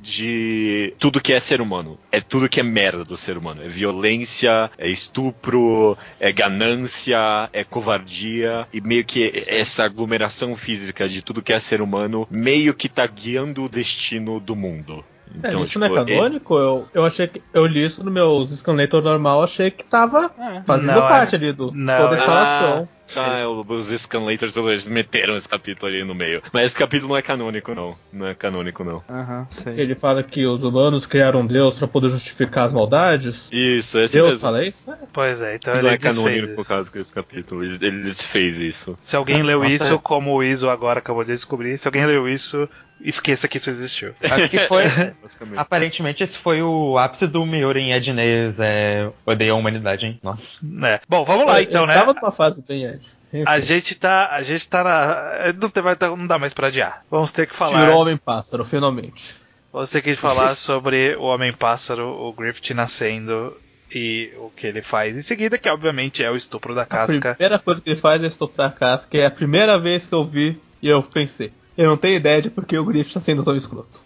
de tudo que é ser humano. É tudo que é merda do ser humano. É violência, é estupro, é ganância, é covardia. E meio que essa aglomeração física de tudo que é ser humano meio que tá guiando o destino do mundo. É, Então, isso tipo, não é canônico? Eu, eu achei que. Eu li isso no meu Scanlator normal, achei que tava fazendo Não, parte é- ali do não, toda a é- instalação. Ah, é, os Scanlators eles meteram esse capítulo ali no meio. Mas esse capítulo não é canônico, não. Não é canônico, não. Aham, sei. Ele fala que os humanos criaram Deus pra poder justificar as maldades. Isso, esse Deus mesmo. fala isso? É. Pois é, então Não ele é desfez canônico por isso. causa desse capítulo. Ele, ele desfez isso. Se alguém leu Nossa. isso, como o Iso agora acabou de descobrir, se alguém leu isso, esqueça que isso existiu. Acho que foi. Basicamente. Aparentemente esse foi o ápice do Miura em Edneias, é, odeia a humanidade, hein? Nossa. É. Bom, vamos lá então, Ele né? tava numa fase bem Ed. Enfim, A gente tá. A gente tá na. Não, tem, mais- não dá mais pra adiar. Vamos ter que falar. tirou o Homem-Pássaro, finalmente. Vamos ter que falar sobre o Homem-Pássaro, o Griffith nascendo e o que ele faz em seguida, que obviamente é o estupro da A casca. primeira coisa que ele faz é estuprar a casca, e é a primeira vez que eu vi e eu pensei. Eu não tenho ideia de por que o Griffith tá sendo tão escroto.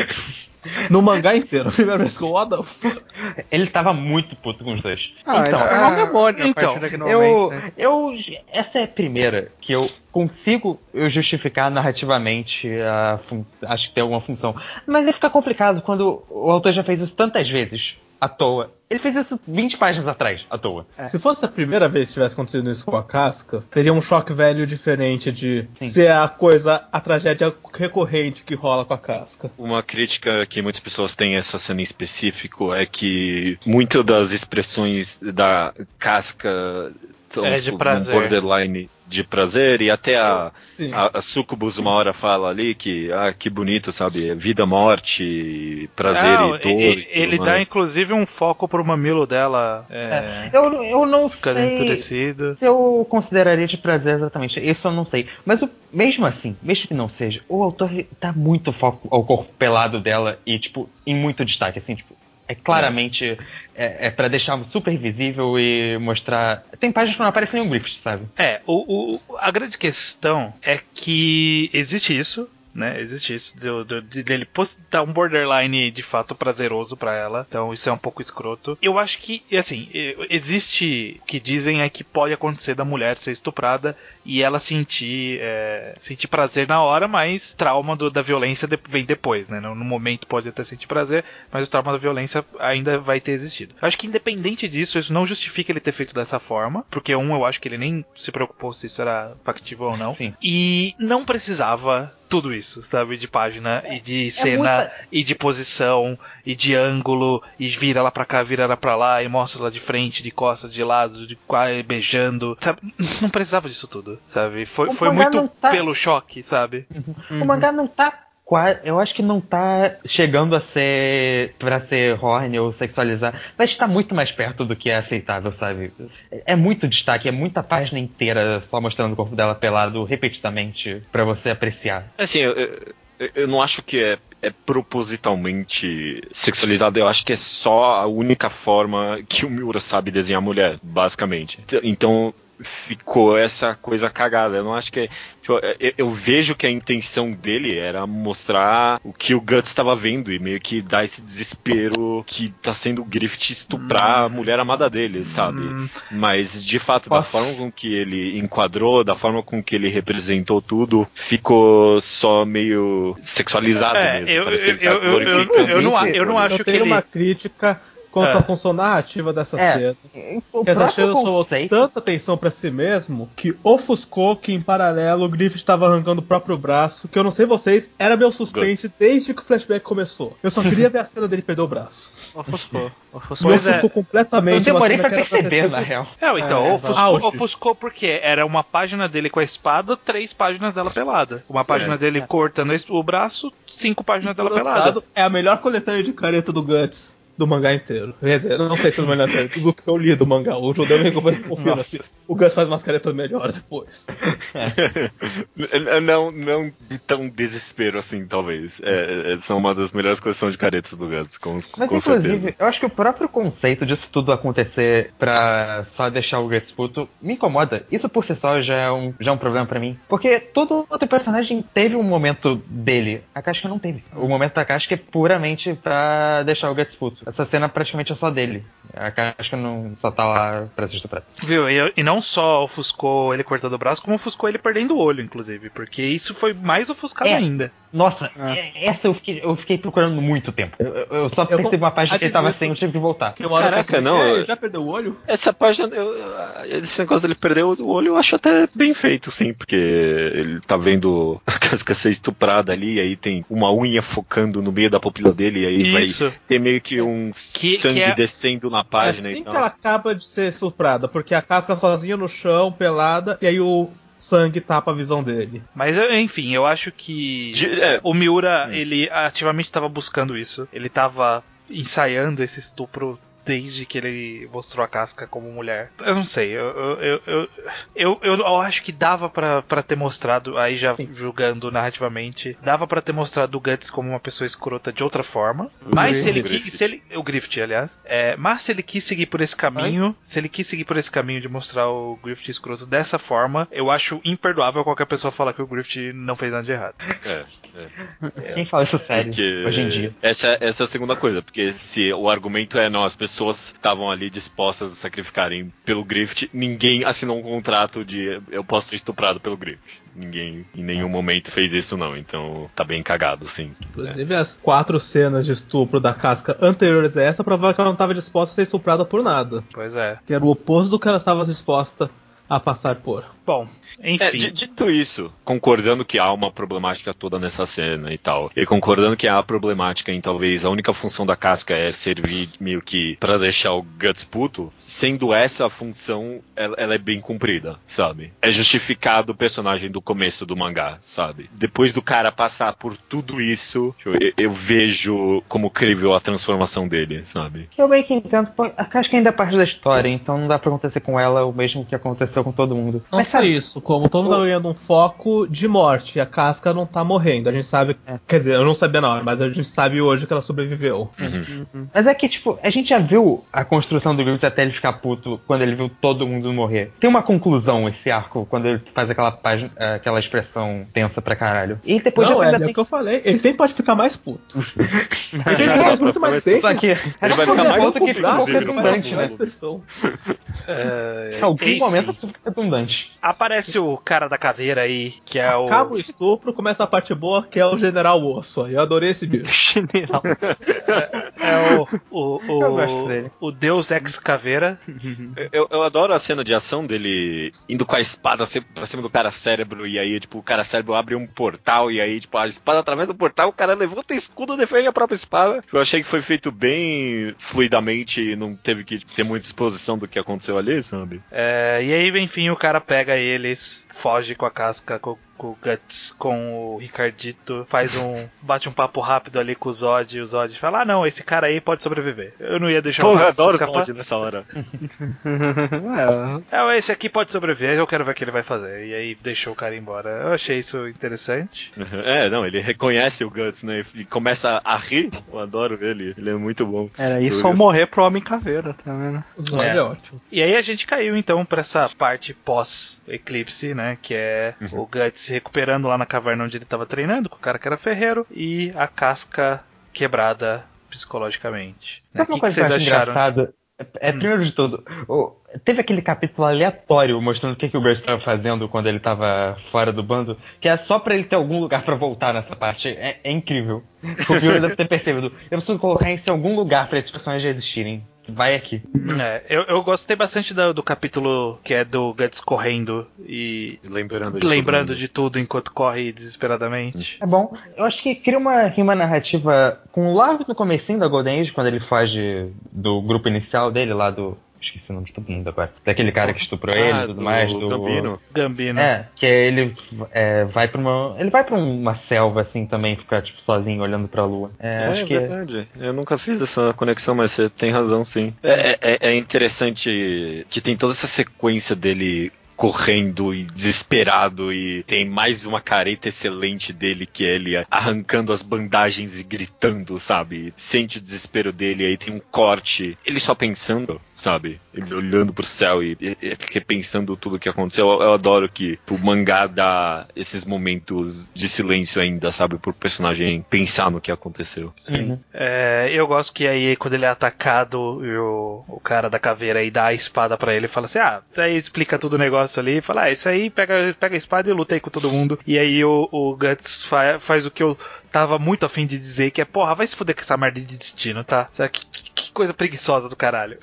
No mangá inteiro, a primeira vez que eu, what the fuck? Ele tava muito puto com os dois. Ah, ele então, se tornou um demônio a então, partir daquele eu, momento, né? eu. Essa é a primeira que eu consigo eu justificar narrativamente. A fun- acho que tem alguma função. Mas aí fica complicado quando o autor já fez isso tantas vezes, à toa. Ele fez isso vinte páginas atrás, à toa. Se fosse a primeira vez que tivesse acontecido isso com a casca, teria um choque velho diferente de Sim. ser a coisa, a tragédia recorrente que rola com a casca. Uma crítica que muitas pessoas têm a essa cena em específico é que muitas das expressões da casca são É de um prazer. borderline de prazer, e até a, Sim. a, a Sucubus uma hora fala ali que, ah, que bonito, sabe? Vida, morte, prazer Não, e dor. ele, e tudo ele mais. dá inclusive um foco pro mamilo dela. É, Eu, eu não ficando sei endurecido. se eu consideraria de prazer exatamente. Isso eu não sei. Mas o- mesmo assim, mesmo que não seja, o autor dá muito foco ao corpo pelado dela e, tipo, em muito destaque, assim, tipo. É claramente é, é para deixar super visível e mostrar. Tem páginas que não aparece nenhum Griffith, sabe? É, o, o- a grande questão é que existe isso, né? Existe isso de, de, de- dele pos- dar um borderline de fato prazeroso pra ela. Então isso é um pouco escroto. Eu acho que, assim, e- existe o que dizem é que pode acontecer da mulher ser estuprada e ela sentir, é, sentir prazer na hora, mas trauma do- da violência de- vem depois, né? No, no momento pode até sentir prazer, mas o trauma da violência ainda vai ter existido. Eu acho que independente disso, isso não justifica ele ter feito dessa forma, porque um, eu acho que ele nem se preocupou se isso era factível ou não. Sim. E não precisava tudo isso, sabe? De página e de cena muita- e de posição e de ângulo e vira ela pra cá, vira ela pra lá e mostra ela de frente, de costas, de lado, de quase beijando, sabe? Não precisava disso tudo, sabe? Foi, O foi mangá muito não tá- pelo choque, sabe? O mangá não tá. qua- Eu acho que não tá chegando a ser. Pra ser horny ou sexualizar, mas tá muito mais perto do que é aceitável, sabe? É é muito destaque, é muita página inteira só mostrando o corpo dela pelado repetidamente pra você apreciar. Assim, eu, eu, eu não acho que é é propositalmente sexualizado. Eu acho que é só a única forma que o Miura sabe desenhar mulher, basicamente. Então ficou essa coisa cagada. Eu não acho que é, tipo, eu, eu vejo que a intenção dele era mostrar o que o Guts estava vendo e meio que dar esse desespero que tá sendo o Griffith estuprar hum. a mulher amada dele, sabe? Hum. Mas de fato, Posso? da forma com que ele enquadrou, da forma com que ele representou tudo, ficou só meio sexualizado é, mesmo. Eu, Parece eu, que ele tá eu, eu, eu, eu, não, eu não acho eu que ele... uma crítica quanto é. à função narrativa dessa é, cena. O que essa cena conceito... chamou tanta atenção pra si mesmo que ofuscou que em paralelo o Griffith estava arrancando o próprio braço, que eu não sei vocês, era meu suspense Good. desde que o flashback começou. Eu só queria ver a cena dele perder o braço. Ofuscou. Ofuscou, Me ofuscou é. completamente. Eu demorei pra perceber, na real. É, então, é, ofuscou, ofuscou porque era uma página dele com a espada, três páginas dela pelada. Uma Sim, página dele é. cortando o braço, cinco páginas dela pelada. É a melhor coletânea de careta do Guts. Do mangá inteiro. Quer dizer, eu não sei se é o melhor do que eu li do mangá. O Judeu me confirma assim. O Gus faz umas caretas melhores depois. É. não, não de tão desespero assim, talvez. É, é, são uma das melhores coleções de caretas do Gus, com, Mas, com inclusive, certeza. eu acho que o próprio conceito disso tudo acontecer pra só deixar o Guts puto me incomoda. Isso por si só já é um, já é um problema pra mim. Porque todo outro personagem teve um momento dele. A Casca não teve. O momento da Casca é puramente pra deixar o Guts puto. Essa cena praticamente é só dele. A Casca não só tá lá pra ser estuprada. Viu? E, e não só ofuscou ele cortando o braço, como ofuscou ele perdendo o olho, inclusive. Porque isso foi mais ofuscado é. ainda. Nossa, ah. essa eu fiquei, eu fiquei procurando muito tempo. Eu, eu só percebi eu, uma página que ele tava sem, eu tive que voltar. Caraca, não. É, já perdeu o olho? Essa página, eu, esse negócio dele perder o olho, eu acho até bem feito, sim. Porque ele tá vendo a Casca ser estuprada ali, e aí tem uma unha focando no meio da pupila dele, e aí isso. vai ter meio que um que, sangue que é... descendo na página. É assim e tal. que ela acaba de ser estuprada, porque a Casca sozinha no chão, pelada, e aí o sangue tapa a visão dele. Mas, enfim, eu acho que de, é. o Miura, hum. ele ativamente estava buscando isso. Ele estava ensaiando esse estupro desde que ele mostrou a Casca como mulher. Eu não sei, eu, eu, eu, eu, eu, eu acho que dava pra, pra ter mostrado, aí já Sim. julgando narrativamente, dava pra ter mostrado o Guts como uma pessoa escrota de outra forma, o mas se ele quis, se ele, o Griffith, aliás, é, mas se ele quis seguir por esse caminho, Ai? se ele quis seguir por esse caminho de mostrar o Griffith escroto dessa forma, eu acho imperdoável qualquer pessoa falar que o Griffith não fez nada de errado. É, é. Quem fala isso sério porque hoje em dia? Essa, essa é a segunda coisa, porque se o argumento é, não, as pessoas pessoas estavam ali dispostas a sacrificarem pelo Griffith, ninguém assinou um contrato de eu posso ser estuprado pelo Griffith. Ninguém em nenhum momento fez isso, não. Então tá bem cagado, sim. Inclusive é. as quatro cenas de estupro da Casca anteriores a essa provavam que ela não estava disposta a ser estuprada por nada. Pois é. Que era o oposto do que ela estava disposta a passar por. Bom, enfim. É, dito isso, concordando que há uma problemática toda nessa cena e tal, e concordando que há a problemática em talvez a única função da Casca é servir meio que pra deixar o Guts puto, sendo essa a função, ela, ela é bem cumprida, sabe? É justificado o personagem do começo do mangá, sabe? Depois do cara passar por tudo isso, eu, eu vejo como crível a transformação dele, sabe? Eu meio que entendo, a Casca ainda é parte da história, então não dá pra acontecer com ela o mesmo que aconteceu com todo mundo. Não Mas só sabe, isso, como todo mundo tá ganhando um foco de morte, a Casca não tá morrendo. A gente sabe, é. quer dizer, eu não sabia na hora, mas a gente sabe hoje que ela sobreviveu. Uhum. Uhum. Mas é que, tipo, a gente já viu a construção do Griffith até ele ficar puto quando ele viu todo mundo morrer. Tem uma conclusão esse arco, quando ele faz aquela página, aquela expressão tensa pra caralho. E depois não, já é, tem... é o que eu falei. Ele sempre pode ficar mais puto. Ele tem coisas muito mais dentes. Só que ele vai ficar mais puto que fica um pouco redundante, né? É, em algum enfim. momento isso fica redundante. Aparece o cara da caveira aí, que é o... Acaba o estupro, começa a parte boa, que é o General Osso. Eu adorei esse bicho. General. é, é o, o, o, eu gosto dele. O Deus ex-caveira. Eu, eu adoro a cena de ação dele indo com a espada pra cima do cara cérebro, e aí, tipo, o cara cérebro abre um portal, e aí, tipo, a espada através do portal, o cara levanta o escudo e defende a própria espada. Eu achei que foi feito bem fluidamente e não teve que ter muita exposição do que aconteceu ali, sabe? É, e aí, enfim, o cara pega eles, foge com a Casca, com, com o Guts, com o Ricardito, faz um. bate um papo rápido ali com o Zod, e o Zod fala: ah, não, esse cara aí pode sobreviver. Eu não ia deixar Pô, eu vocês adoro o escapar. Zod nessa hora. É, esse aqui pode sobreviver, eu quero ver o que ele vai fazer. E aí deixou o cara embora. Eu achei isso interessante. É, não, ele reconhece o Guts, né? E começa a rir. Eu adoro ele, ele é muito bom. Era isso ou morrer pro Homem Caveira, tá vendo? O Zod é. é ótimo. E aí a gente caiu então pra essa parte pós-eclipse, né? Que é uhum. o Guts se recuperando lá na caverna onde ele tava treinando, com o cara que era ferreiro, e a casca quebrada psicologicamente. Sabe né? uma que coisa que, que vocês acharam? Engraçada? É, hum. Primeiro de tudo, oh, teve aquele capítulo aleatório mostrando o que, que o Guts estava fazendo quando ele estava fora do bando, que é só pra ele ter algum lugar pra voltar nessa parte. É, é incrível. O Fiore deve ter percebido. Eu preciso colocar isso em algum lugar pra esses personagens existirem. Vai aqui. É, eu, eu gostei bastante do, do capítulo que é do Guts correndo e lembrando de, lembrando tudo, de tudo enquanto corre desesperadamente. É bom. Eu acho que cria uma rima narrativa com lá no comecinho da Golden Age, quando ele foge do grupo inicial dele, lá do... esqueci o nome de todo mundo agora. Daquele cara que estuprou ah, ele e tudo mais. Do Gambino. Gambino. É, que ele é, vai pra uma. Ele vai pra uma selva assim também, ficar tipo, sozinho olhando pra lua. É, é acho é que verdade. Eu nunca fiz essa conexão, mas você tem razão, sim. É, é, é interessante que tem toda essa sequência dele correndo e desesperado, e tem mais uma careta excelente dele, que é ele arrancando as bandagens e gritando, sabe? Sente o desespero dele, aí tem um corte, ele só pensando, sabe? Ele olhando pro céu e, e, e repensando tudo o que aconteceu. Eu, eu adoro que o mangá dá esses momentos de silêncio ainda, sabe? Pro personagem pensar no que aconteceu. Sim. Uhum. É, eu gosto que aí, quando ele é atacado, e o, o cara da caveira aí dá a espada pra ele e fala assim: ah, isso aí explica tudo o negócio ali, e fala: ah, isso aí, pega, pega a espada e luta aí com todo mundo. E aí o, o Guts fa- faz o que eu tava muito afim de dizer, que é: porra, vai se fuder com essa merda de destino, tá? Que, que, que coisa preguiçosa do caralho.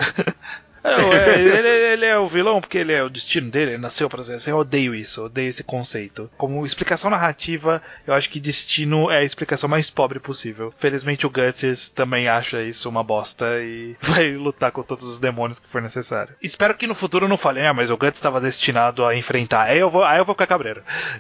É, ele, ele é o vilão porque ele é o destino dele, ele nasceu pra ser assim. Eu odeio isso, eu odeio esse conceito. Como explicação narrativa, eu acho que destino é a explicação mais pobre possível. Felizmente o Guts também acha isso uma bosta e vai lutar com todos os demônios que for necessário. Espero que no futuro não falem: ah, mas o Guts estava destinado a enfrentar. Aí eu vou, aí eu vou ficar cabreiro.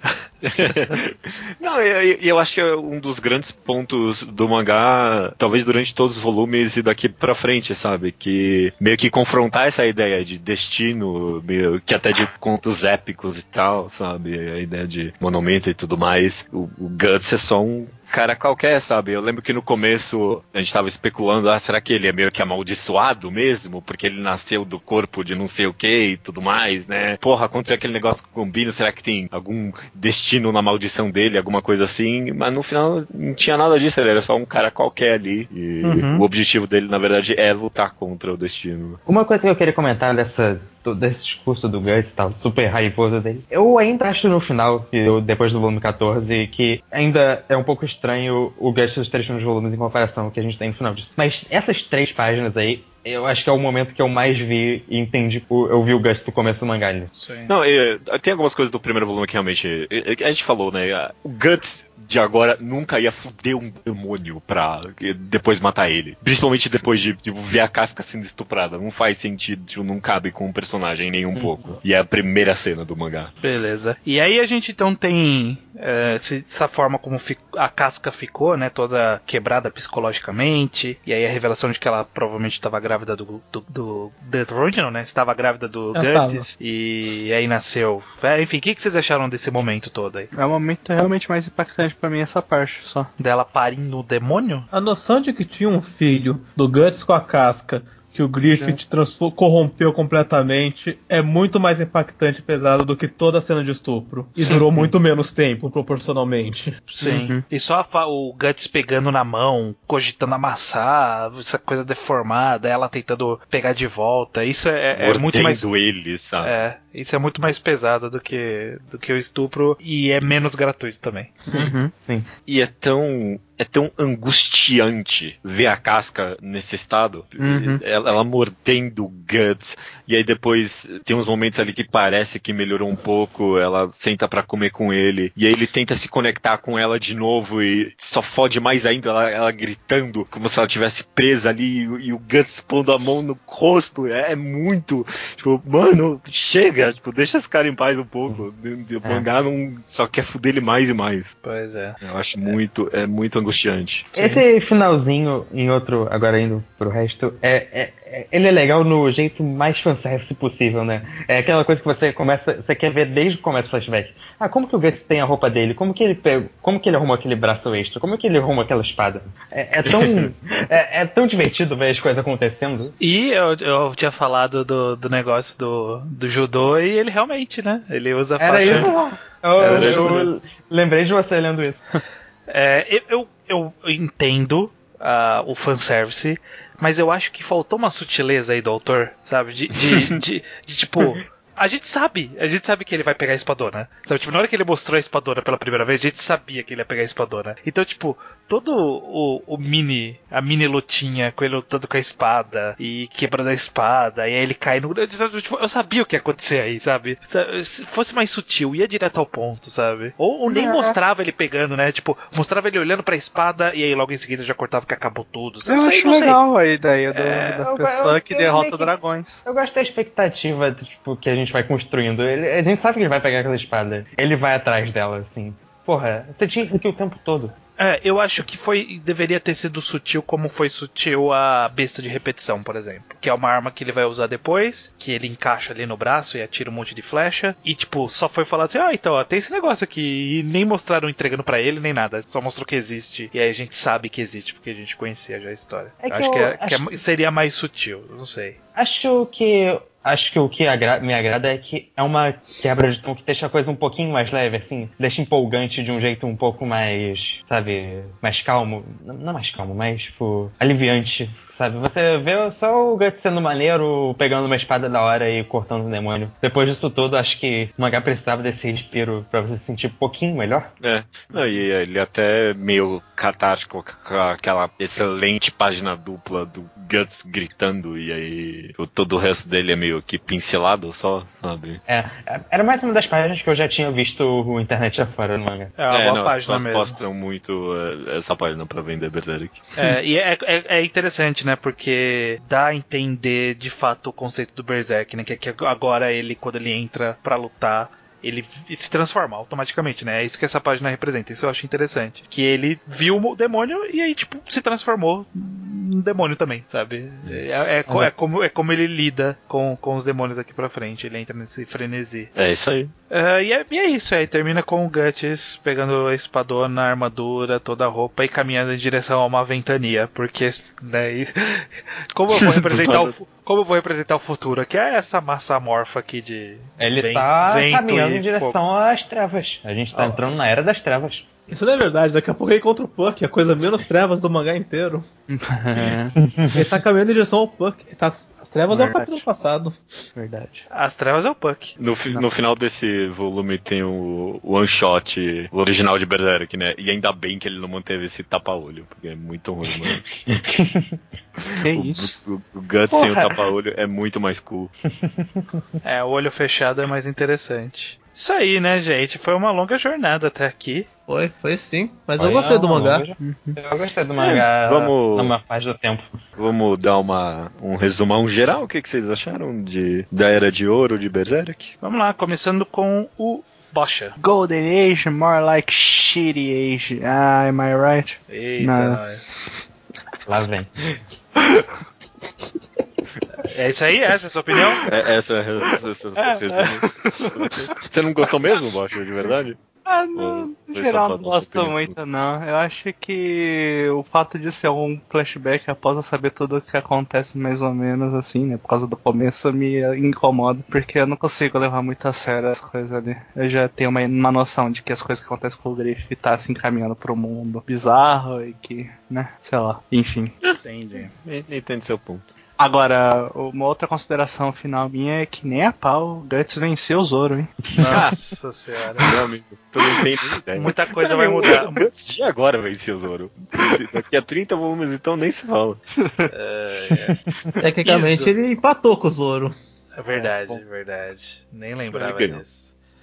Não, eu, eu acho que é um dos grandes pontos do mangá, talvez durante todos os volumes e daqui pra frente, sabe? Que meio que confrontar essa ideia de destino, meio que até de contos épicos e tal, sabe? A ideia de monumento e tudo mais. O, o Guts é só um cara qualquer, sabe? Eu lembro que no começo a gente tava especulando: ah, será que ele é meio que amaldiçoado mesmo? Porque ele nasceu do corpo de não sei o que e tudo mais, né? Porra, aconteceu aquele negócio com o Gambino, será que tem algum destino na maldição dele, alguma coisa assim? Mas no final não tinha nada disso, ele era só um cara qualquer ali. E uhum. o objetivo dele, na verdade, é lutar contra o destino. Uma coisa que eu queria comentar dessa... desse discurso do Guts e tal, super raivoso dele. Eu ainda acho no final, que eu, depois do volume catorze, que ainda é um pouco estranho o Guts dos três primeiros volumes em comparação ao que a gente tem no final disso. Mas essas três páginas aí, eu acho que é o momento que eu mais vi e entendi. Eu vi o Guts do começo do mangá. Né? Não, eu, tem algumas coisas do primeiro volume que realmente... A gente falou, né? O Guts de agora nunca ia fuder um demônio pra depois matar ele. Principalmente depois de tipo, ver a casca sendo estuprada. Não faz sentido, tipo, não cabe com o personagem nem um hum. pouco. E é a primeira cena do mangá. Beleza. E aí a gente então tem é, essa forma como a casca ficou, né? Toda quebrada psicologicamente. E aí a revelação de que ela provavelmente estava grávida do, do, do The Original, né? Estava grávida do Guts. E aí nasceu. Enfim, o que, que vocês acharam desse momento todo aí? É o momento realmente mais impactante pra mim, essa parte só. Dela parindo o demônio? A noção de que tinha um filho do Guts com a casca, que o Griffith transfor- corrompeu completamente, é muito mais impactante e pesado do que toda a cena de estupro. E Sim. durou muito menos tempo, proporcionalmente. Sim. Uhum. E só a fa- o Guts pegando na mão, cogitando amassar, essa coisa deformada, ela tentando pegar de volta. Isso é, é muito mais... ele, sabe? É, isso é muito mais pesado do que, do que o estupro e é menos gratuito também. Sim. Uhum. Sim. E é tão... É tão angustiante ver a casca nesse estado. Uhum. Ela, ela mordendo o Guts. E aí depois tem uns momentos ali que parece que melhorou um pouco. Ela senta pra comer com ele. E aí ele tenta se conectar com ela de novo. E só fode mais ainda ela, ela gritando. Como se ela estivesse presa ali. E, e o Guts pondo a mão no rosto. É, é muito... Tipo, mano, chega. ligado? Tipo, deixa esse cara em paz um pouco. O mangá não só quer fuder ele mais e mais. Pois é. Eu acho muito, é muito angustiante. Esse finalzinho, em outro, agora indo pro resto, é, é, é- ele é legal no jeito mais fanservice possível, né? É aquela coisa que você começa, você quer ver desde o começo do flashback. Ah, como que o Guts tem a roupa dele? Como que ele pegou, como que ele arrumou aquele braço extra? Como que ele arrumou aquela espada? É, é tão, é, é tão divertido ver as coisas acontecendo. E eu, eu tinha falado do, do negócio do, do judô e ele realmente, né? Ele usa a Era faixa. isso? Eu, Era eu lembrei de você lendo isso. É, eu, eu, eu entendo uh, o fanservice, mas eu acho que faltou uma sutileza aí do autor, sabe? De, de, de, de tipo. A gente sabe, a gente sabe que ele vai pegar a espadona. Sabe, tipo, na hora que ele mostrou a espadona pela primeira vez, a gente sabia que ele ia pegar a espadona. Então, tipo, todo o, o mini, a mini lutinha com ele lutando com a espada e quebrando a espada, e aí ele cai no. Tipo, eu sabia o que ia acontecer aí, sabe? Se fosse mais sutil, ia direto ao ponto, sabe? Ou, ou nem É. mostrava ele pegando, né? Tipo, mostrava ele olhando pra espada e aí logo em seguida já cortava que acabou tudo. Eu Não sei, acho não sei. legal a ideia do- É, da eu- pessoa eu- que eu derrota meio que- dragões. Eu gosto da expectativa tipo, que a gente vai construindo. Ele- a gente sabe que ele vai pegar aquela espada. Ele vai atrás dela, assim. Porra, você tinha isso aqui o tempo todo. É, eu acho que foi deveria ter sido sutil como foi sutil a besta de repetição, por exemplo. Que é uma arma que ele vai usar depois, que ele encaixa ali no braço e atira um monte de flecha. E tipo, só foi falar assim, ah, então, ó, tem esse negócio aqui. E nem mostraram entregando pra ele, nem nada. Só mostrou que existe. E aí a gente sabe que existe, porque a gente conhecia já a história. É que eu acho eu que, é- acho que é- seria mais sutil, não sei. Acho que. Acho que o que agra- me agrada é que é uma quebra de tom que deixa a coisa um pouquinho mais leve, assim. Deixa empolgante de um jeito um pouco mais, sabe, mais calmo. Não, não mais calmo, mais, tipo, aliviante, sabe? Você vê só o Guts sendo maneiro, pegando uma espada da hora e cortando o demônio. Depois disso tudo, acho que o mangá precisava desse respiro pra você se sentir um pouquinho melhor. É, não, e ele até meio catártico com aquela excelente página dupla do Guts gritando e aí o- todo o resto dele é meio que pincelado só, sabe? É, era mais uma das páginas que eu já tinha visto o internet afora no manga. É uma é, boa não, página elas mesmo. mostram muito é, essa página pra vender Berserk. É, e é, é, é interessante, né? Porque dá a entender de fato o conceito do Berserk, né? Que, que agora ele, quando ele entra pra lutar, ele se transforma automaticamente, né? É isso que essa página representa. Isso eu acho interessante. Que ele viu o demônio e aí, tipo, se transformou em demônio também, sabe? É, é, co- é como, é como ele lida com, com os demônios aqui pra frente. Ele entra nesse frenesi. É isso aí. Uh, e, é, e é isso aí, termina com o Guts pegando a espadona, a armadura, toda a roupa e caminhando em direção a uma ventania, porque né, e- como eu vou representar o fu- como eu vou representar o futuro, que é essa massa amorfa aqui de Ele ven- tá vento caminhando e em direção fogo. às trevas. A gente tá Ah. entrando na era das trevas. Isso não é verdade, daqui a pouco ele encontra o Puck, a coisa menos trevas do mangá inteiro. Ele tá caminhando em direção ao Puck. Ele tá- as trevas é o Verdade. capítulo passado. Verdade. As trevas é o Puck. No, fi- no final desse volume tem o, o one shot, o original de Berserk, né? E ainda bem que ele não manteve esse tapa-olho, porque é muito ruim, mano. Que o, isso? o, o Guts sem o Porra. tapa-olho é muito mais cool. É, o olho fechado é mais interessante. Isso aí, né, gente? Foi uma longa jornada até aqui. Foi, foi sim. Mas eu Olha, gostei do uma mangá. longa- Eu gostei do mangá vamos- numa fase do tempo. Vamos dar uma, um resumão geral? O que, que vocês acharam de, da Era de Ouro de Berserk? Vamos lá, começando com o Bocha. Golden Age, more like shitty age. Ah, am I right? Eita, Não. nós. Lá vem. É isso aí? Essa é a sua opinião? É, essa, essa, essa É, resumo. Você não gostou mesmo, Bocha, de verdade? Ah, não, Foi no só geral pra não dar gosto opinião. muito não. Eu acho que o fato de ser um flashback após eu saber tudo o que acontece mais ou menos assim, né, por causa do começo me incomoda, porque eu não consigo levar muito a sério as coisas ali. Eu já tenho uma, uma noção de que as coisas que acontecem com o Griff tá se encaminhando pro mundo bizarro e que, né, sei lá, enfim. Entendi. Entende seu ponto. Agora, uma outra consideração final minha é que nem a pau o Guts venceu o Zoro, hein? Nossa senhora. Meu amigo, tu não tem nem ideia. Muita coisa Meu vai amigo, mudar. o Guts de agora venceu o Zoro. Daqui a trinta volumes, então, nem se fala. É, Tecnicamente Isso. ele empatou com o Zoro. é verdade, é verdade. Nem lembrava Por que não? disso.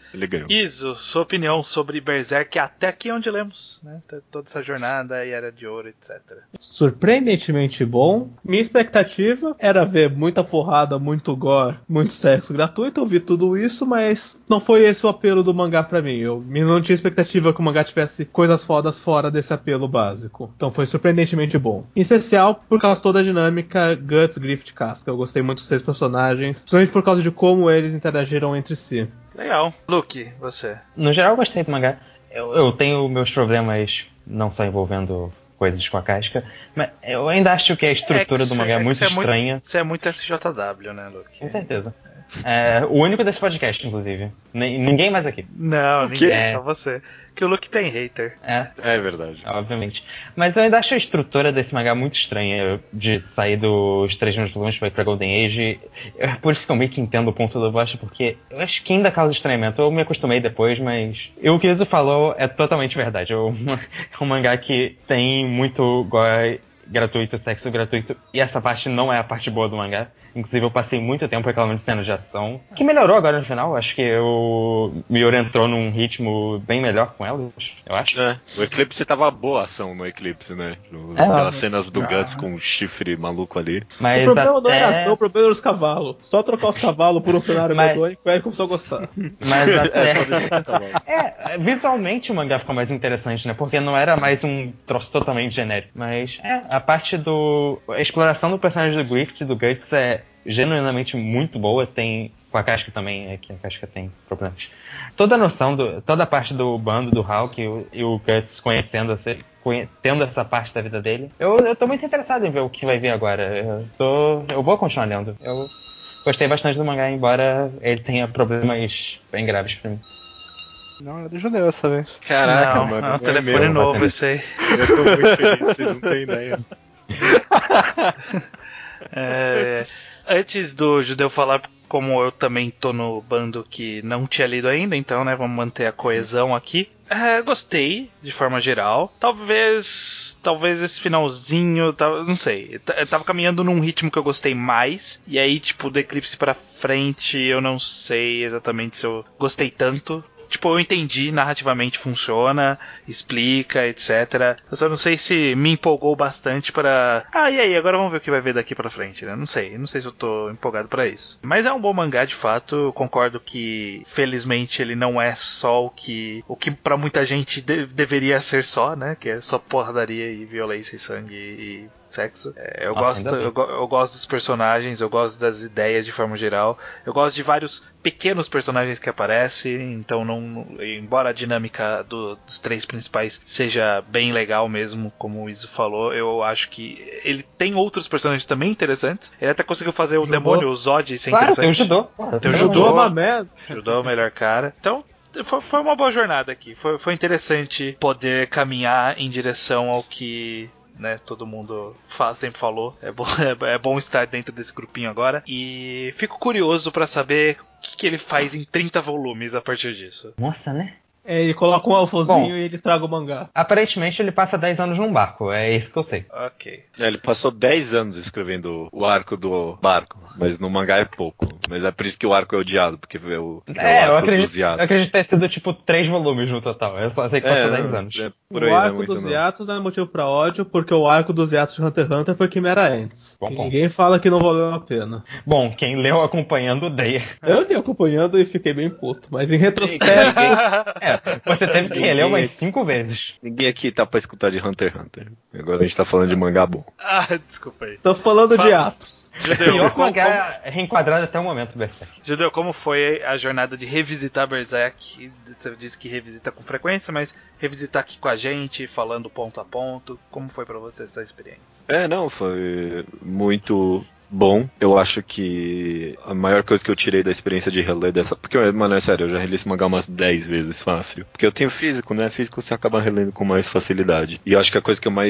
ele ganhou. Iso, sua opinião sobre Berserk até aqui onde lemos, né? Toda essa jornada e Era de Ouro, etcétera. Surpreendentemente bom. Minha expectativa era ver muita porrada, muito gore, muito sexo gratuito. Eu vi tudo isso, mas não foi esse o apelo do mangá pra mim. Eu não tinha expectativa que o mangá tivesse coisas fodas fora desse apelo básico. Então foi surpreendentemente bom. Em especial por causa de toda a dinâmica Guts, Griffith e Casca. Eu gostei muito dos seis personagens, principalmente por causa de como eles interagiram entre si. Legal. Luke, você? No geral, eu gostei do mangá. Eu, eu tenho meus problemas não só envolvendo coisas com a casca, mas eu ainda acho que a estrutura É que do mangá é, é muito estranha. Você é muito S J W, né, Luke? Com certeza. É, o único desse podcast, inclusive. N- ninguém mais aqui. Não, ninguém, É. só você. Que o Luke tem hater. É, É verdade. obviamente. Mas eu ainda acho a estrutura desse mangá muito estranha, de sair dos três primeiros volumes pra ir pra Golden Age. É por isso que eu meio que entendo o ponto do Bosta, porque eu acho que ainda causa estranhamento. Eu me acostumei depois, mas eu, o que o Iso falou é totalmente verdade. Eu, é um mangá que tem muito gore gratuito, sexo gratuito, e essa parte não é a parte boa do mangá. Inclusive eu passei muito tempo reclamando de cenas de ação, que melhorou agora no final. Acho que o Miura entrou num ritmo bem melhor com ela, eu acho. É, o Eclipse tava boa ação no Eclipse, né? No- É, Aquelas ó. cenas do Ah. Guts com um chifre maluco ali. Mas o problema até... não era ação, o problema era os cavalos. Só trocar os cavalos por um cenário Mas- medonho que o Eric começou a gostar. Mas até... É, só deixar os cavalos. É, visualmente o mangá ficou mais interessante, né? Porque não era mais um troço totalmente genérico. Mas é, a parte do... A exploração do personagem do Griffith e do Guts é genuinamente muito boa. Tem... Com a Casca também, é que a Casca tem problemas. Toda a noção, do, toda a parte do bando do Hulk e o, e o Guts conhecendo, conhe, tendo essa parte da vida dele. Eu, eu tô muito interessado em ver o que vai vir agora. Eu, tô, eu vou continuar lendo. Eu gostei bastante do mangá, embora ele tenha problemas bem graves pra mim. Não, é do judeu essa vez. Caraca, não, mano. é um não telefone meu, novo vai esse aí. Eu tô muito feliz, vocês não têm ideia. É, antes do Judeu falar, como eu também tô no bando que não tinha lido ainda, então, né, vamos manter a coesão aqui. É, gostei, de forma geral. Talvez talvez esse finalzinho, não sei, eu tava caminhando num ritmo que eu gostei mais, e aí, tipo, do Eclipse pra frente, eu não sei exatamente se eu gostei tanto. Tipo, eu entendi, narrativamente funciona, explica, etcétera. Eu só não sei se me empolgou bastante para... Ah, e aí, agora vamos ver o que vai ver daqui pra frente, né? Não sei, não sei se eu tô empolgado pra isso. Mas é um bom mangá, de fato. Eu concordo que, felizmente, ele não é só o que... O que pra muita gente de- deveria ser só, né? Que é só porradaria e violência e sangue e... sexo. É, eu, Nossa, gosto, ainda bem. eu, go- eu gosto dos personagens, eu gosto das ideias de forma geral. Eu gosto de vários pequenos personagens que aparecem, então não, embora a dinâmica do- dos três principais seja bem legal mesmo, como o Iso falou, eu acho que ele tem outros personagens também interessantes. Ele até conseguiu fazer o Judô. demônio, o Zod, ser Claro, tem o interessante. judô. Porra, Tem o pelo judô. amor de Judô é uma merda. Judô é o melhor cara. Então, foi, foi uma boa jornada aqui. Foi, foi interessante poder caminhar em direção ao que... né, todo mundo fa- sempre falou. É bom, é, é bom estar dentro desse grupinho agora. E fico curioso pra saber o que, que ele faz em trinta volumes a partir disso. Deus. Nossa, né? É, ele coloca um alfozinho Bom. e ele estraga o mangá. Aparentemente ele passa dez anos num barco, é isso que eu sei. Ok. É, ele passou dez anos escrevendo o arco do barco, mas no mangá é pouco. Mas é por isso que o arco é odiado, porque é o, é o É, eu arco acredito, dos eu hiatos. acredito ter sido tipo três volumes no total. Eu só sei que passou dez não, anos. é por O aí, não é arco muito dos não. hiatos não é motivo pra ódio, porque o arco dos hiatos de Hunter x Hunter foi Chimera Ants. Bom E ponto. ninguém fala que não valeu a pena. Bom, quem leu acompanhando odeia. Eu li acompanhando e fiquei bem puto, mas em retrospecto. É, você teve que Ninguém- reler umas cinco vezes. Ninguém aqui tá pra escutar de Hunter x Hunter. Agora a gente tá falando de mangá bom. Ah, desculpa aí. Tô falando Fala. de atos. Judeu, Pior como, mangá reenquadrado até o momento, Berserk. Judeu, como foi a jornada de revisitar Berserk? Você disse que revisita com frequência, mas revisitar aqui com a gente, falando ponto a ponto. Como foi pra você essa experiência? É, não, foi muito bom. Eu acho que a maior coisa que eu tirei da experiência de reler dessa... Porque, mano, é sério, eu já reli esse mangá umas dez vezes fácil. Porque eu tenho físico, né? Físico você acaba relendo com mais facilidade. E eu acho que a coisa que eu mais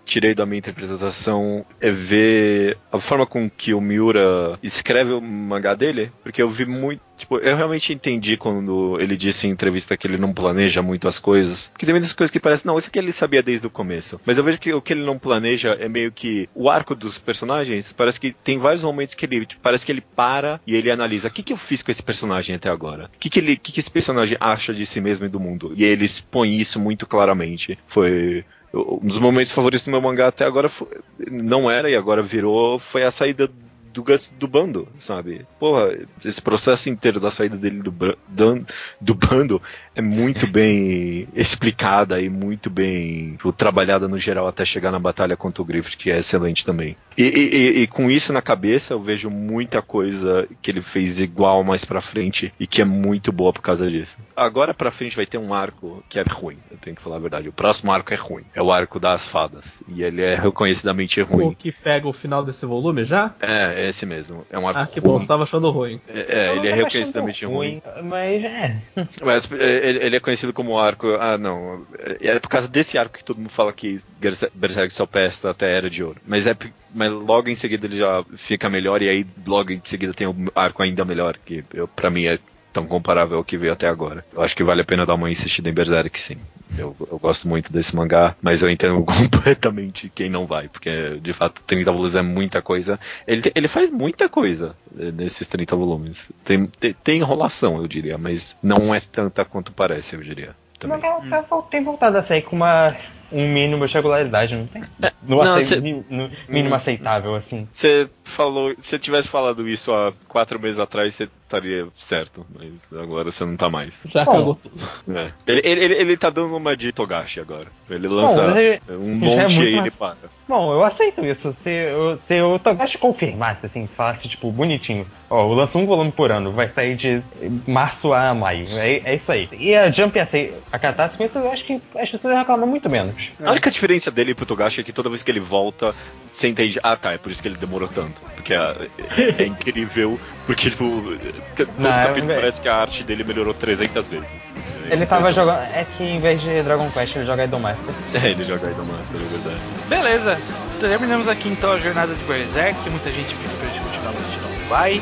tirei da minha interpretação é ver a forma com que o Miura escreve o mangá dele, porque eu vi muito, tipo, eu realmente entendi quando ele disse em entrevista que ele não planeja muito as coisas, porque tem muitas coisas que parecem, não, isso aqui ele sabia desde o começo, mas eu vejo que o que ele não planeja é meio que o arco dos personagens, parece que tem vários momentos que ele, tipo, parece que ele para e ele analisa, o que que eu fiz com esse personagem até agora? O que que ele, o que que esse personagem acha de si mesmo e do mundo? E ele expõe isso muito claramente. Foi um dos momentos favoritos do meu mangá até agora, foi, não era e agora virou, foi a saída do Guts do bando, sabe? Porra, esse processo inteiro da saída dele do, do, do bando é muito bem explicada e muito bem tipo, trabalhada no geral até chegar na batalha contra o Griffith, que é excelente também. E, e, e com isso na cabeça eu vejo muita coisa que ele fez igual mais pra frente e que é muito boa por causa disso. Agora pra frente vai ter um arco que é ruim, eu tenho que falar a verdade. O próximo arco é ruim. É o arco das fadas. E ele é reconhecidamente ruim. O que pega o final desse volume já? É, é esse mesmo. É um arco Ah, que ruim. bom, tu tava achando ruim. É, é ele é reconhecidamente ruim. ruim. Mas é. Mas ele, ele é conhecido como arco. Ah, não. É por causa desse arco que todo mundo fala que Berserk só presta até a Era de Ouro. Mas é mas logo em seguida ele já fica melhor. E aí logo em seguida tem um arco ainda melhor. Que eu, pra mim é tão comparável ao que veio até agora. Eu acho que vale a pena dar uma insistida em Berserk, sim. Eu, eu gosto muito desse mangá, mas eu entendo completamente quem não vai, porque de fato trinta volumes é muita coisa. Ele, ele faz muita coisa nesses trinta volumes. Tem, tem, tem enrolação, eu diria, mas não é tanta quanto parece, eu diria. O mangá tem voltado a sair com uma, um mínimo de regularidade, não tem? No, não, acei, cê, no mínimo hum, aceitável, assim. Você falou, se você tivesse falado isso há quatro meses atrás, você estaria certo, mas agora você não tá mais. Já Bom, cagou tudo. É. Ele, ele, ele tá dando uma de Togashi agora. Ele lança Bom, ele, um monte é e ele para. Bom, eu aceito isso. Se, eu, se o Togashi confirmasse, assim, falasse, tipo, bonitinho, ó, eu lanço um volume por ano, vai sair de março a maio. É, é isso aí. E a Jump ia acatasse com isso, eu acho que as pessoas reclamam muito menos. A única diferença dele pro Togashi é que toda vez que ele volta, você entende, ah tá, é por isso que ele demorou tanto. Porque é, é, é incrível, porque, tipo, todo não, capítulo é... parece que a arte dele melhorou trezentas vezes. Ele é tava jogando. É que em vez de Dragon Quest ele joga Idolmaster. É, ele joga Idolmaster, é verdade. Beleza, terminamos aqui então a jornada de Berserk. Muita gente pediu pra gente continuar, mas a gente não vai.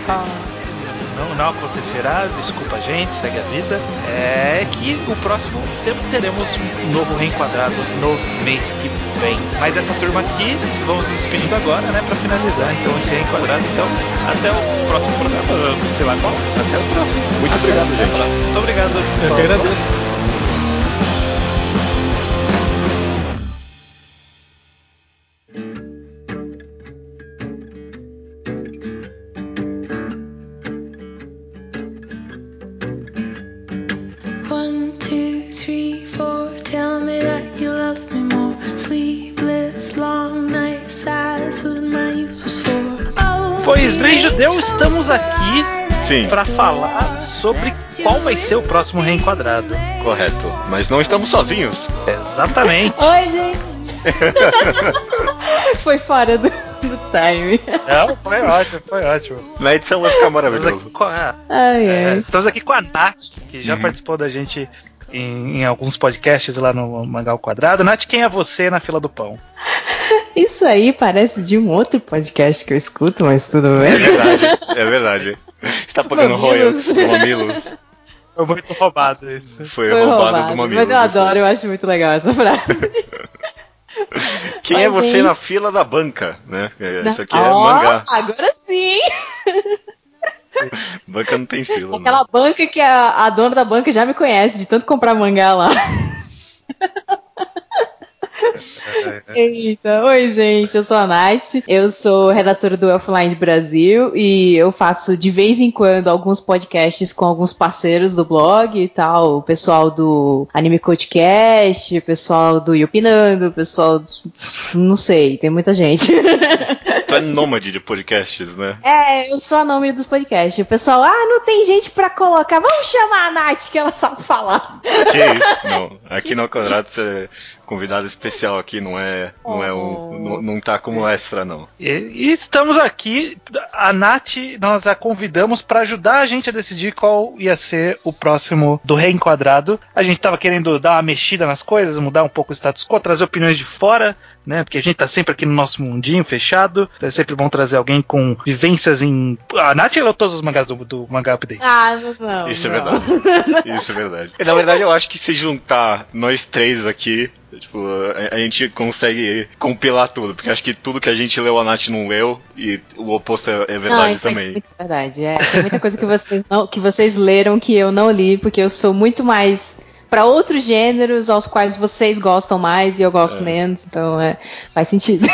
Não, não acontecerá, desculpa a gente, segue a vida. É que o próximo tempo teremos um novo reenquadrado no mês que vem. Mas essa turma aqui, vamos nos despedindo agora, né, pra finalizar então esse reenquadrado. Então, até o próximo programa, sei lá qual. Até o próximo. Muito até obrigado, gente. Muito obrigado. Eu que agradeço. Pois bem, Judeu, estamos aqui para falar sobre qual vai ser o próximo reenquadrado. Correto, mas não estamos sozinhos. Exatamente. Oi, gente. Foi fora do, do time. Não, foi ótimo, foi ótimo. Na edição vai ficar maravilhoso. Estamos aqui com a, ai, é, ai. Estamos aqui com a Nath, que já uhum. participou da gente em, em alguns podcasts lá no Mangá ao Quadrado. Nath, quem é você na fila do pão? Isso aí parece de um outro podcast que eu escuto, mas tudo bem. É verdade, é verdade. Você tá pagando royalties do Mamilos. Foi muito roubado isso. Foi, Foi roubado, roubado do Mamilos. Mas eu adoro, eu acho muito legal essa frase. Quem mas, é você gente... na fila da banca, né? Isso aqui é oh, mangá. Agora sim! Banca não tem fila. Aquela não. banca que a, a dona da banca já me conhece, de tanto comprar mangá lá. Eita, oi gente, eu sou a Nath, eu sou redatora do Offline Brasil e eu faço de vez em quando alguns podcasts com alguns parceiros do blog e tal, o pessoal do Anime Codecast, o pessoal do Yopinando, o pessoal do... não sei, tem muita gente. Tu é nômade de podcasts, né? É, eu sou a nômade dos podcasts. O pessoal, ah, não tem gente pra colocar, vamos chamar a Nath que ela sabe falar. Que isso? Não, aqui no Quadrado você convidado especial aqui, não é, não é um, não, não tá como extra, não. E, e estamos aqui, a Nath, nós a convidamos para ajudar a gente a decidir qual ia ser o próximo do Reenquadrado. A gente tava querendo dar uma mexida nas coisas, mudar um pouco o status quo, trazer opiniões de fora, né? Porque a gente tá sempre aqui no nosso mundinho fechado. Então é sempre bom trazer alguém com vivências em... A Nath leu todos os mangás do, do Mangá Update. Ah, não. Isso não. é verdade. Isso é verdade. Na verdade, eu acho que se juntar nós três aqui, tipo, a, a gente consegue compilar tudo. Porque acho que tudo que a gente leu, a Nath não leu. E o oposto é, é verdade não, também. Muito verdade. É, tem muita coisa que vocês, não, que vocês leram que eu não li, porque eu sou muito mais para outros gêneros aos quais vocês gostam mais e eu gosto é. menos. Então, é, faz sentido.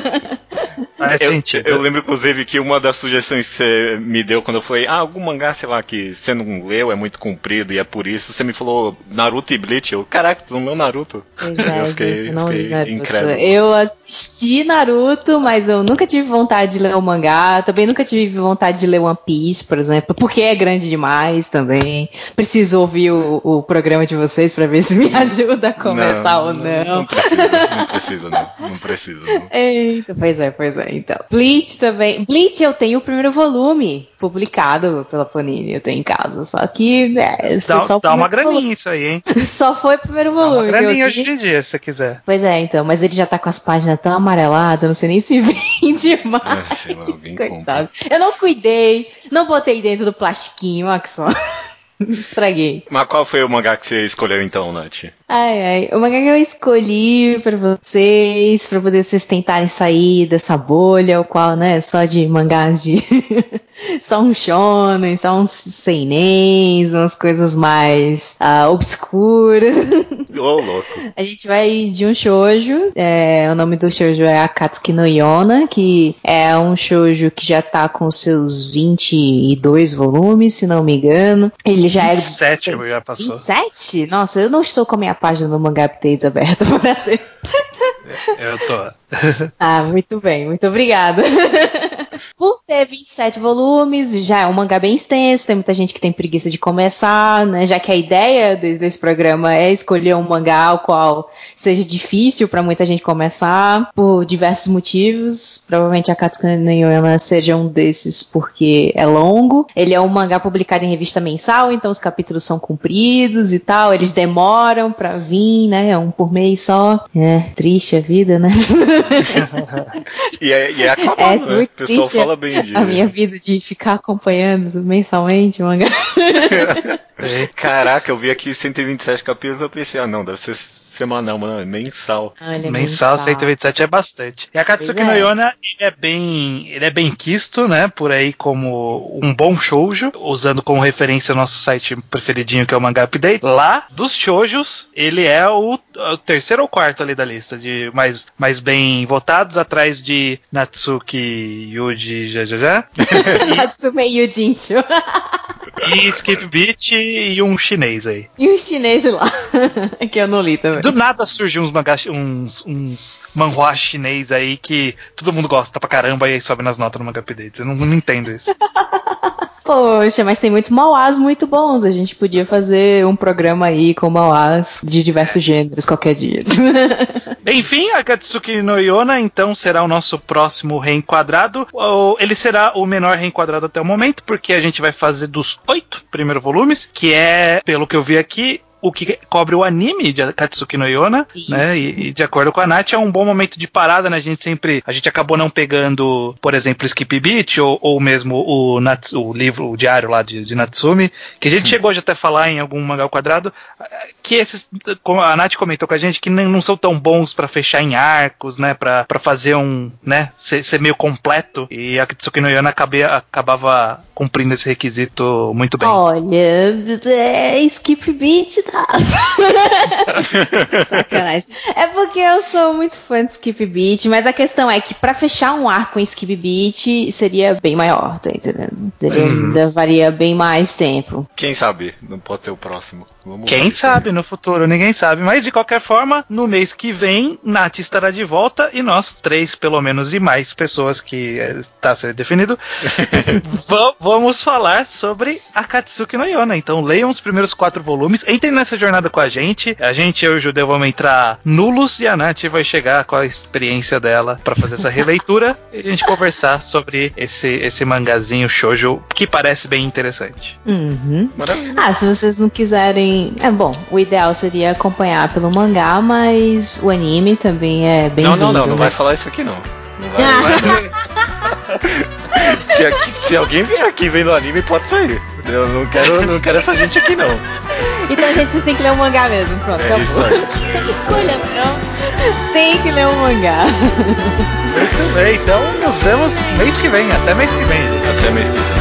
Faz eu, sentido. Eu lembro, inclusive, que uma das sugestões que você me deu quando eu falei, ah, algum mangá, sei lá, que você não leu, é muito comprido e é por isso, você me falou Naruto e Bleach. Eu, caraca, tu não leu Naruto? Pois é, eu fiquei, gente, eu não fiquei li Naruto. incrédulo. Eu assisti Naruto, mas eu nunca tive vontade de ler o mangá. Também nunca tive vontade de ler One Piece, por exemplo, porque é grande demais também. Preciso ouvir o, o programa de vocês pra ver se me ajuda a começar não, ou não. Não precisa, não precisa, não. Não precisa, não. Eita, pois é, pois é, então. Bleach também. Bleach eu tenho o primeiro volume publicado pela Panini, eu tenho em casa. Só que é, Dá, só dá uma graninha volume. Isso aí, hein? Só foi o primeiro Dá volume. uma graninha que eu hoje em dia, se você quiser. Pois é, então, mas ele já tá com as páginas tão amareladas, não sei nem se vende mais. Ah, sei lá, alguém Coitado. compra. Eu não cuidei, não botei dentro do plastiquinho, olha que só. Estraguei. Mas qual foi o mangá que você escolheu então, Nath? Ai, ai. O mangá que eu escolhi pra vocês, pra poder vocês tentarem sair dessa bolha, o qual, né, só de mangás de... só um shonen, só uns seinens, umas coisas mais uh, obscuras. Ô, oh, louco. A gente vai de um shoujo, é, o nome do shoujo é Akatsuki no Yona, que é um shoujo que já tá com seus vinte e dois volumes, se não me engano. Ele já vinte e sete é... já passou. vinte e sete? Nossa, eu não estou com a minha página no Mangá Updates aberta para ver. Eu tô. Ah, muito bem, muito obrigada. Por ter vinte e sete volumes, já é um mangá bem extenso, tem muita gente que tem preguiça de começar, né? Já que a ideia desse programa é escolher um mangá ao qual seja difícil para muita gente começar, por diversos motivos. Provavelmente a Akatsuki no Yona seja um desses, porque é longo. Ele é um mangá publicado em revista mensal, então os capítulos são compridos e tal, eles demoram pra vir, né? Um por mês só. É, triste a vida, né? e é, e é acabado, é né? muito O pessoal triste fala bem de... a minha vida de ficar acompanhando mensalmente o mangá. Caraca, eu vi aqui cento e vinte e sete capítulos, eu pensei, ah não, deve ser semanal, mano, é mensal. Ah, ele é mensal, mensal, cento e vinte e sete é bastante. E a Akatsuki Pois no é. Yona, ele é bem, ele é bem quisto, né, por aí como um bom shoujo, usando como referência o nosso site preferidinho que é o Mangá Update. Lá, dos shoujos, ele é o, o terceiro ou quarto ali da lista de mais, mais bem votados, atrás de Natsuki Yuji já já já. Natsume Yujincho. E Skip Beat e um chinês aí. E o chinês lá, que eu não li também. Do nada surgiu uns mangás, uns, uns manhua chinês aí que todo mundo gosta pra caramba e aí sobe nas notas no Manga Update. Eu não, não entendo isso. Poxa, mas tem muitos mauás muito bons. A gente podia fazer um programa aí com mauás de diversos gêneros qualquer dia. Enfim, a Akatsuki no Yona então será o nosso próximo reenquadrado. Ele será o menor reenquadrado até o momento, porque a gente vai fazer dos oito primeiros volumes, que é, pelo que eu vi aqui, o que cobre o anime de Akatsuki no Yona, né? E, e de acordo com a Nath, é um bom momento de parada, né? A gente sempre. A gente acabou não pegando, por exemplo, Skip Beat ou, ou mesmo o, Nats, o livro, o diário lá de, de Natsumi, que a gente hum. chegou já até a falar em algum mangá ao quadrado, que esses, como a Nath comentou com a gente, que não, não são tão bons pra fechar em arcos, né? Pra, pra fazer um, né? Ser, ser meio completo. E a Akatsuki no Yona acabei, acabava cumprindo esse requisito muito bem. Olha, é, Skip Beat tá. Sacanagem. É porque eu sou muito fã de Skip Beat, mas a questão é que pra fechar um arco em Skip Beat seria bem maior, tá entendendo? Ele uhum. levaria bem mais tempo. Quem sabe? Não pode ser o próximo. Vamos Quem sabe no futuro, ninguém sabe. Mas de qualquer forma, no mês que vem, Nath estará de volta e nós três, pelo menos, e mais pessoas que está a ser definido, v- vamos falar sobre Akatsuki no Yona. Então leiam os primeiros quatro volumes, entrem na nessa jornada com a gente. A gente, eu e o Judeu, vamos entrar nulos e a Nath vai chegar com a experiência dela pra fazer essa releitura e a gente conversar sobre esse, esse mangazinho shoujo que parece bem interessante. Uhum. Maravilha. Ah, se vocês não quiserem... É bom, o ideal seria acompanhar pelo mangá, mas o anime também é bem Não, não, não, não né? vai falar isso aqui não. Não vai, não vai, não. se, aqui, se alguém vier aqui vendo anime, pode sair. Eu não quero, não quero essa gente aqui, não. Então, gente, vocês têm que ler o mangá mesmo. Pronto, É acabou. isso aí. É isso aí. Escolha, não. Tem que ler o mangá. Muito bem, então nos vemos mês que vem. Até mês que vem, gente. Até mês que vem.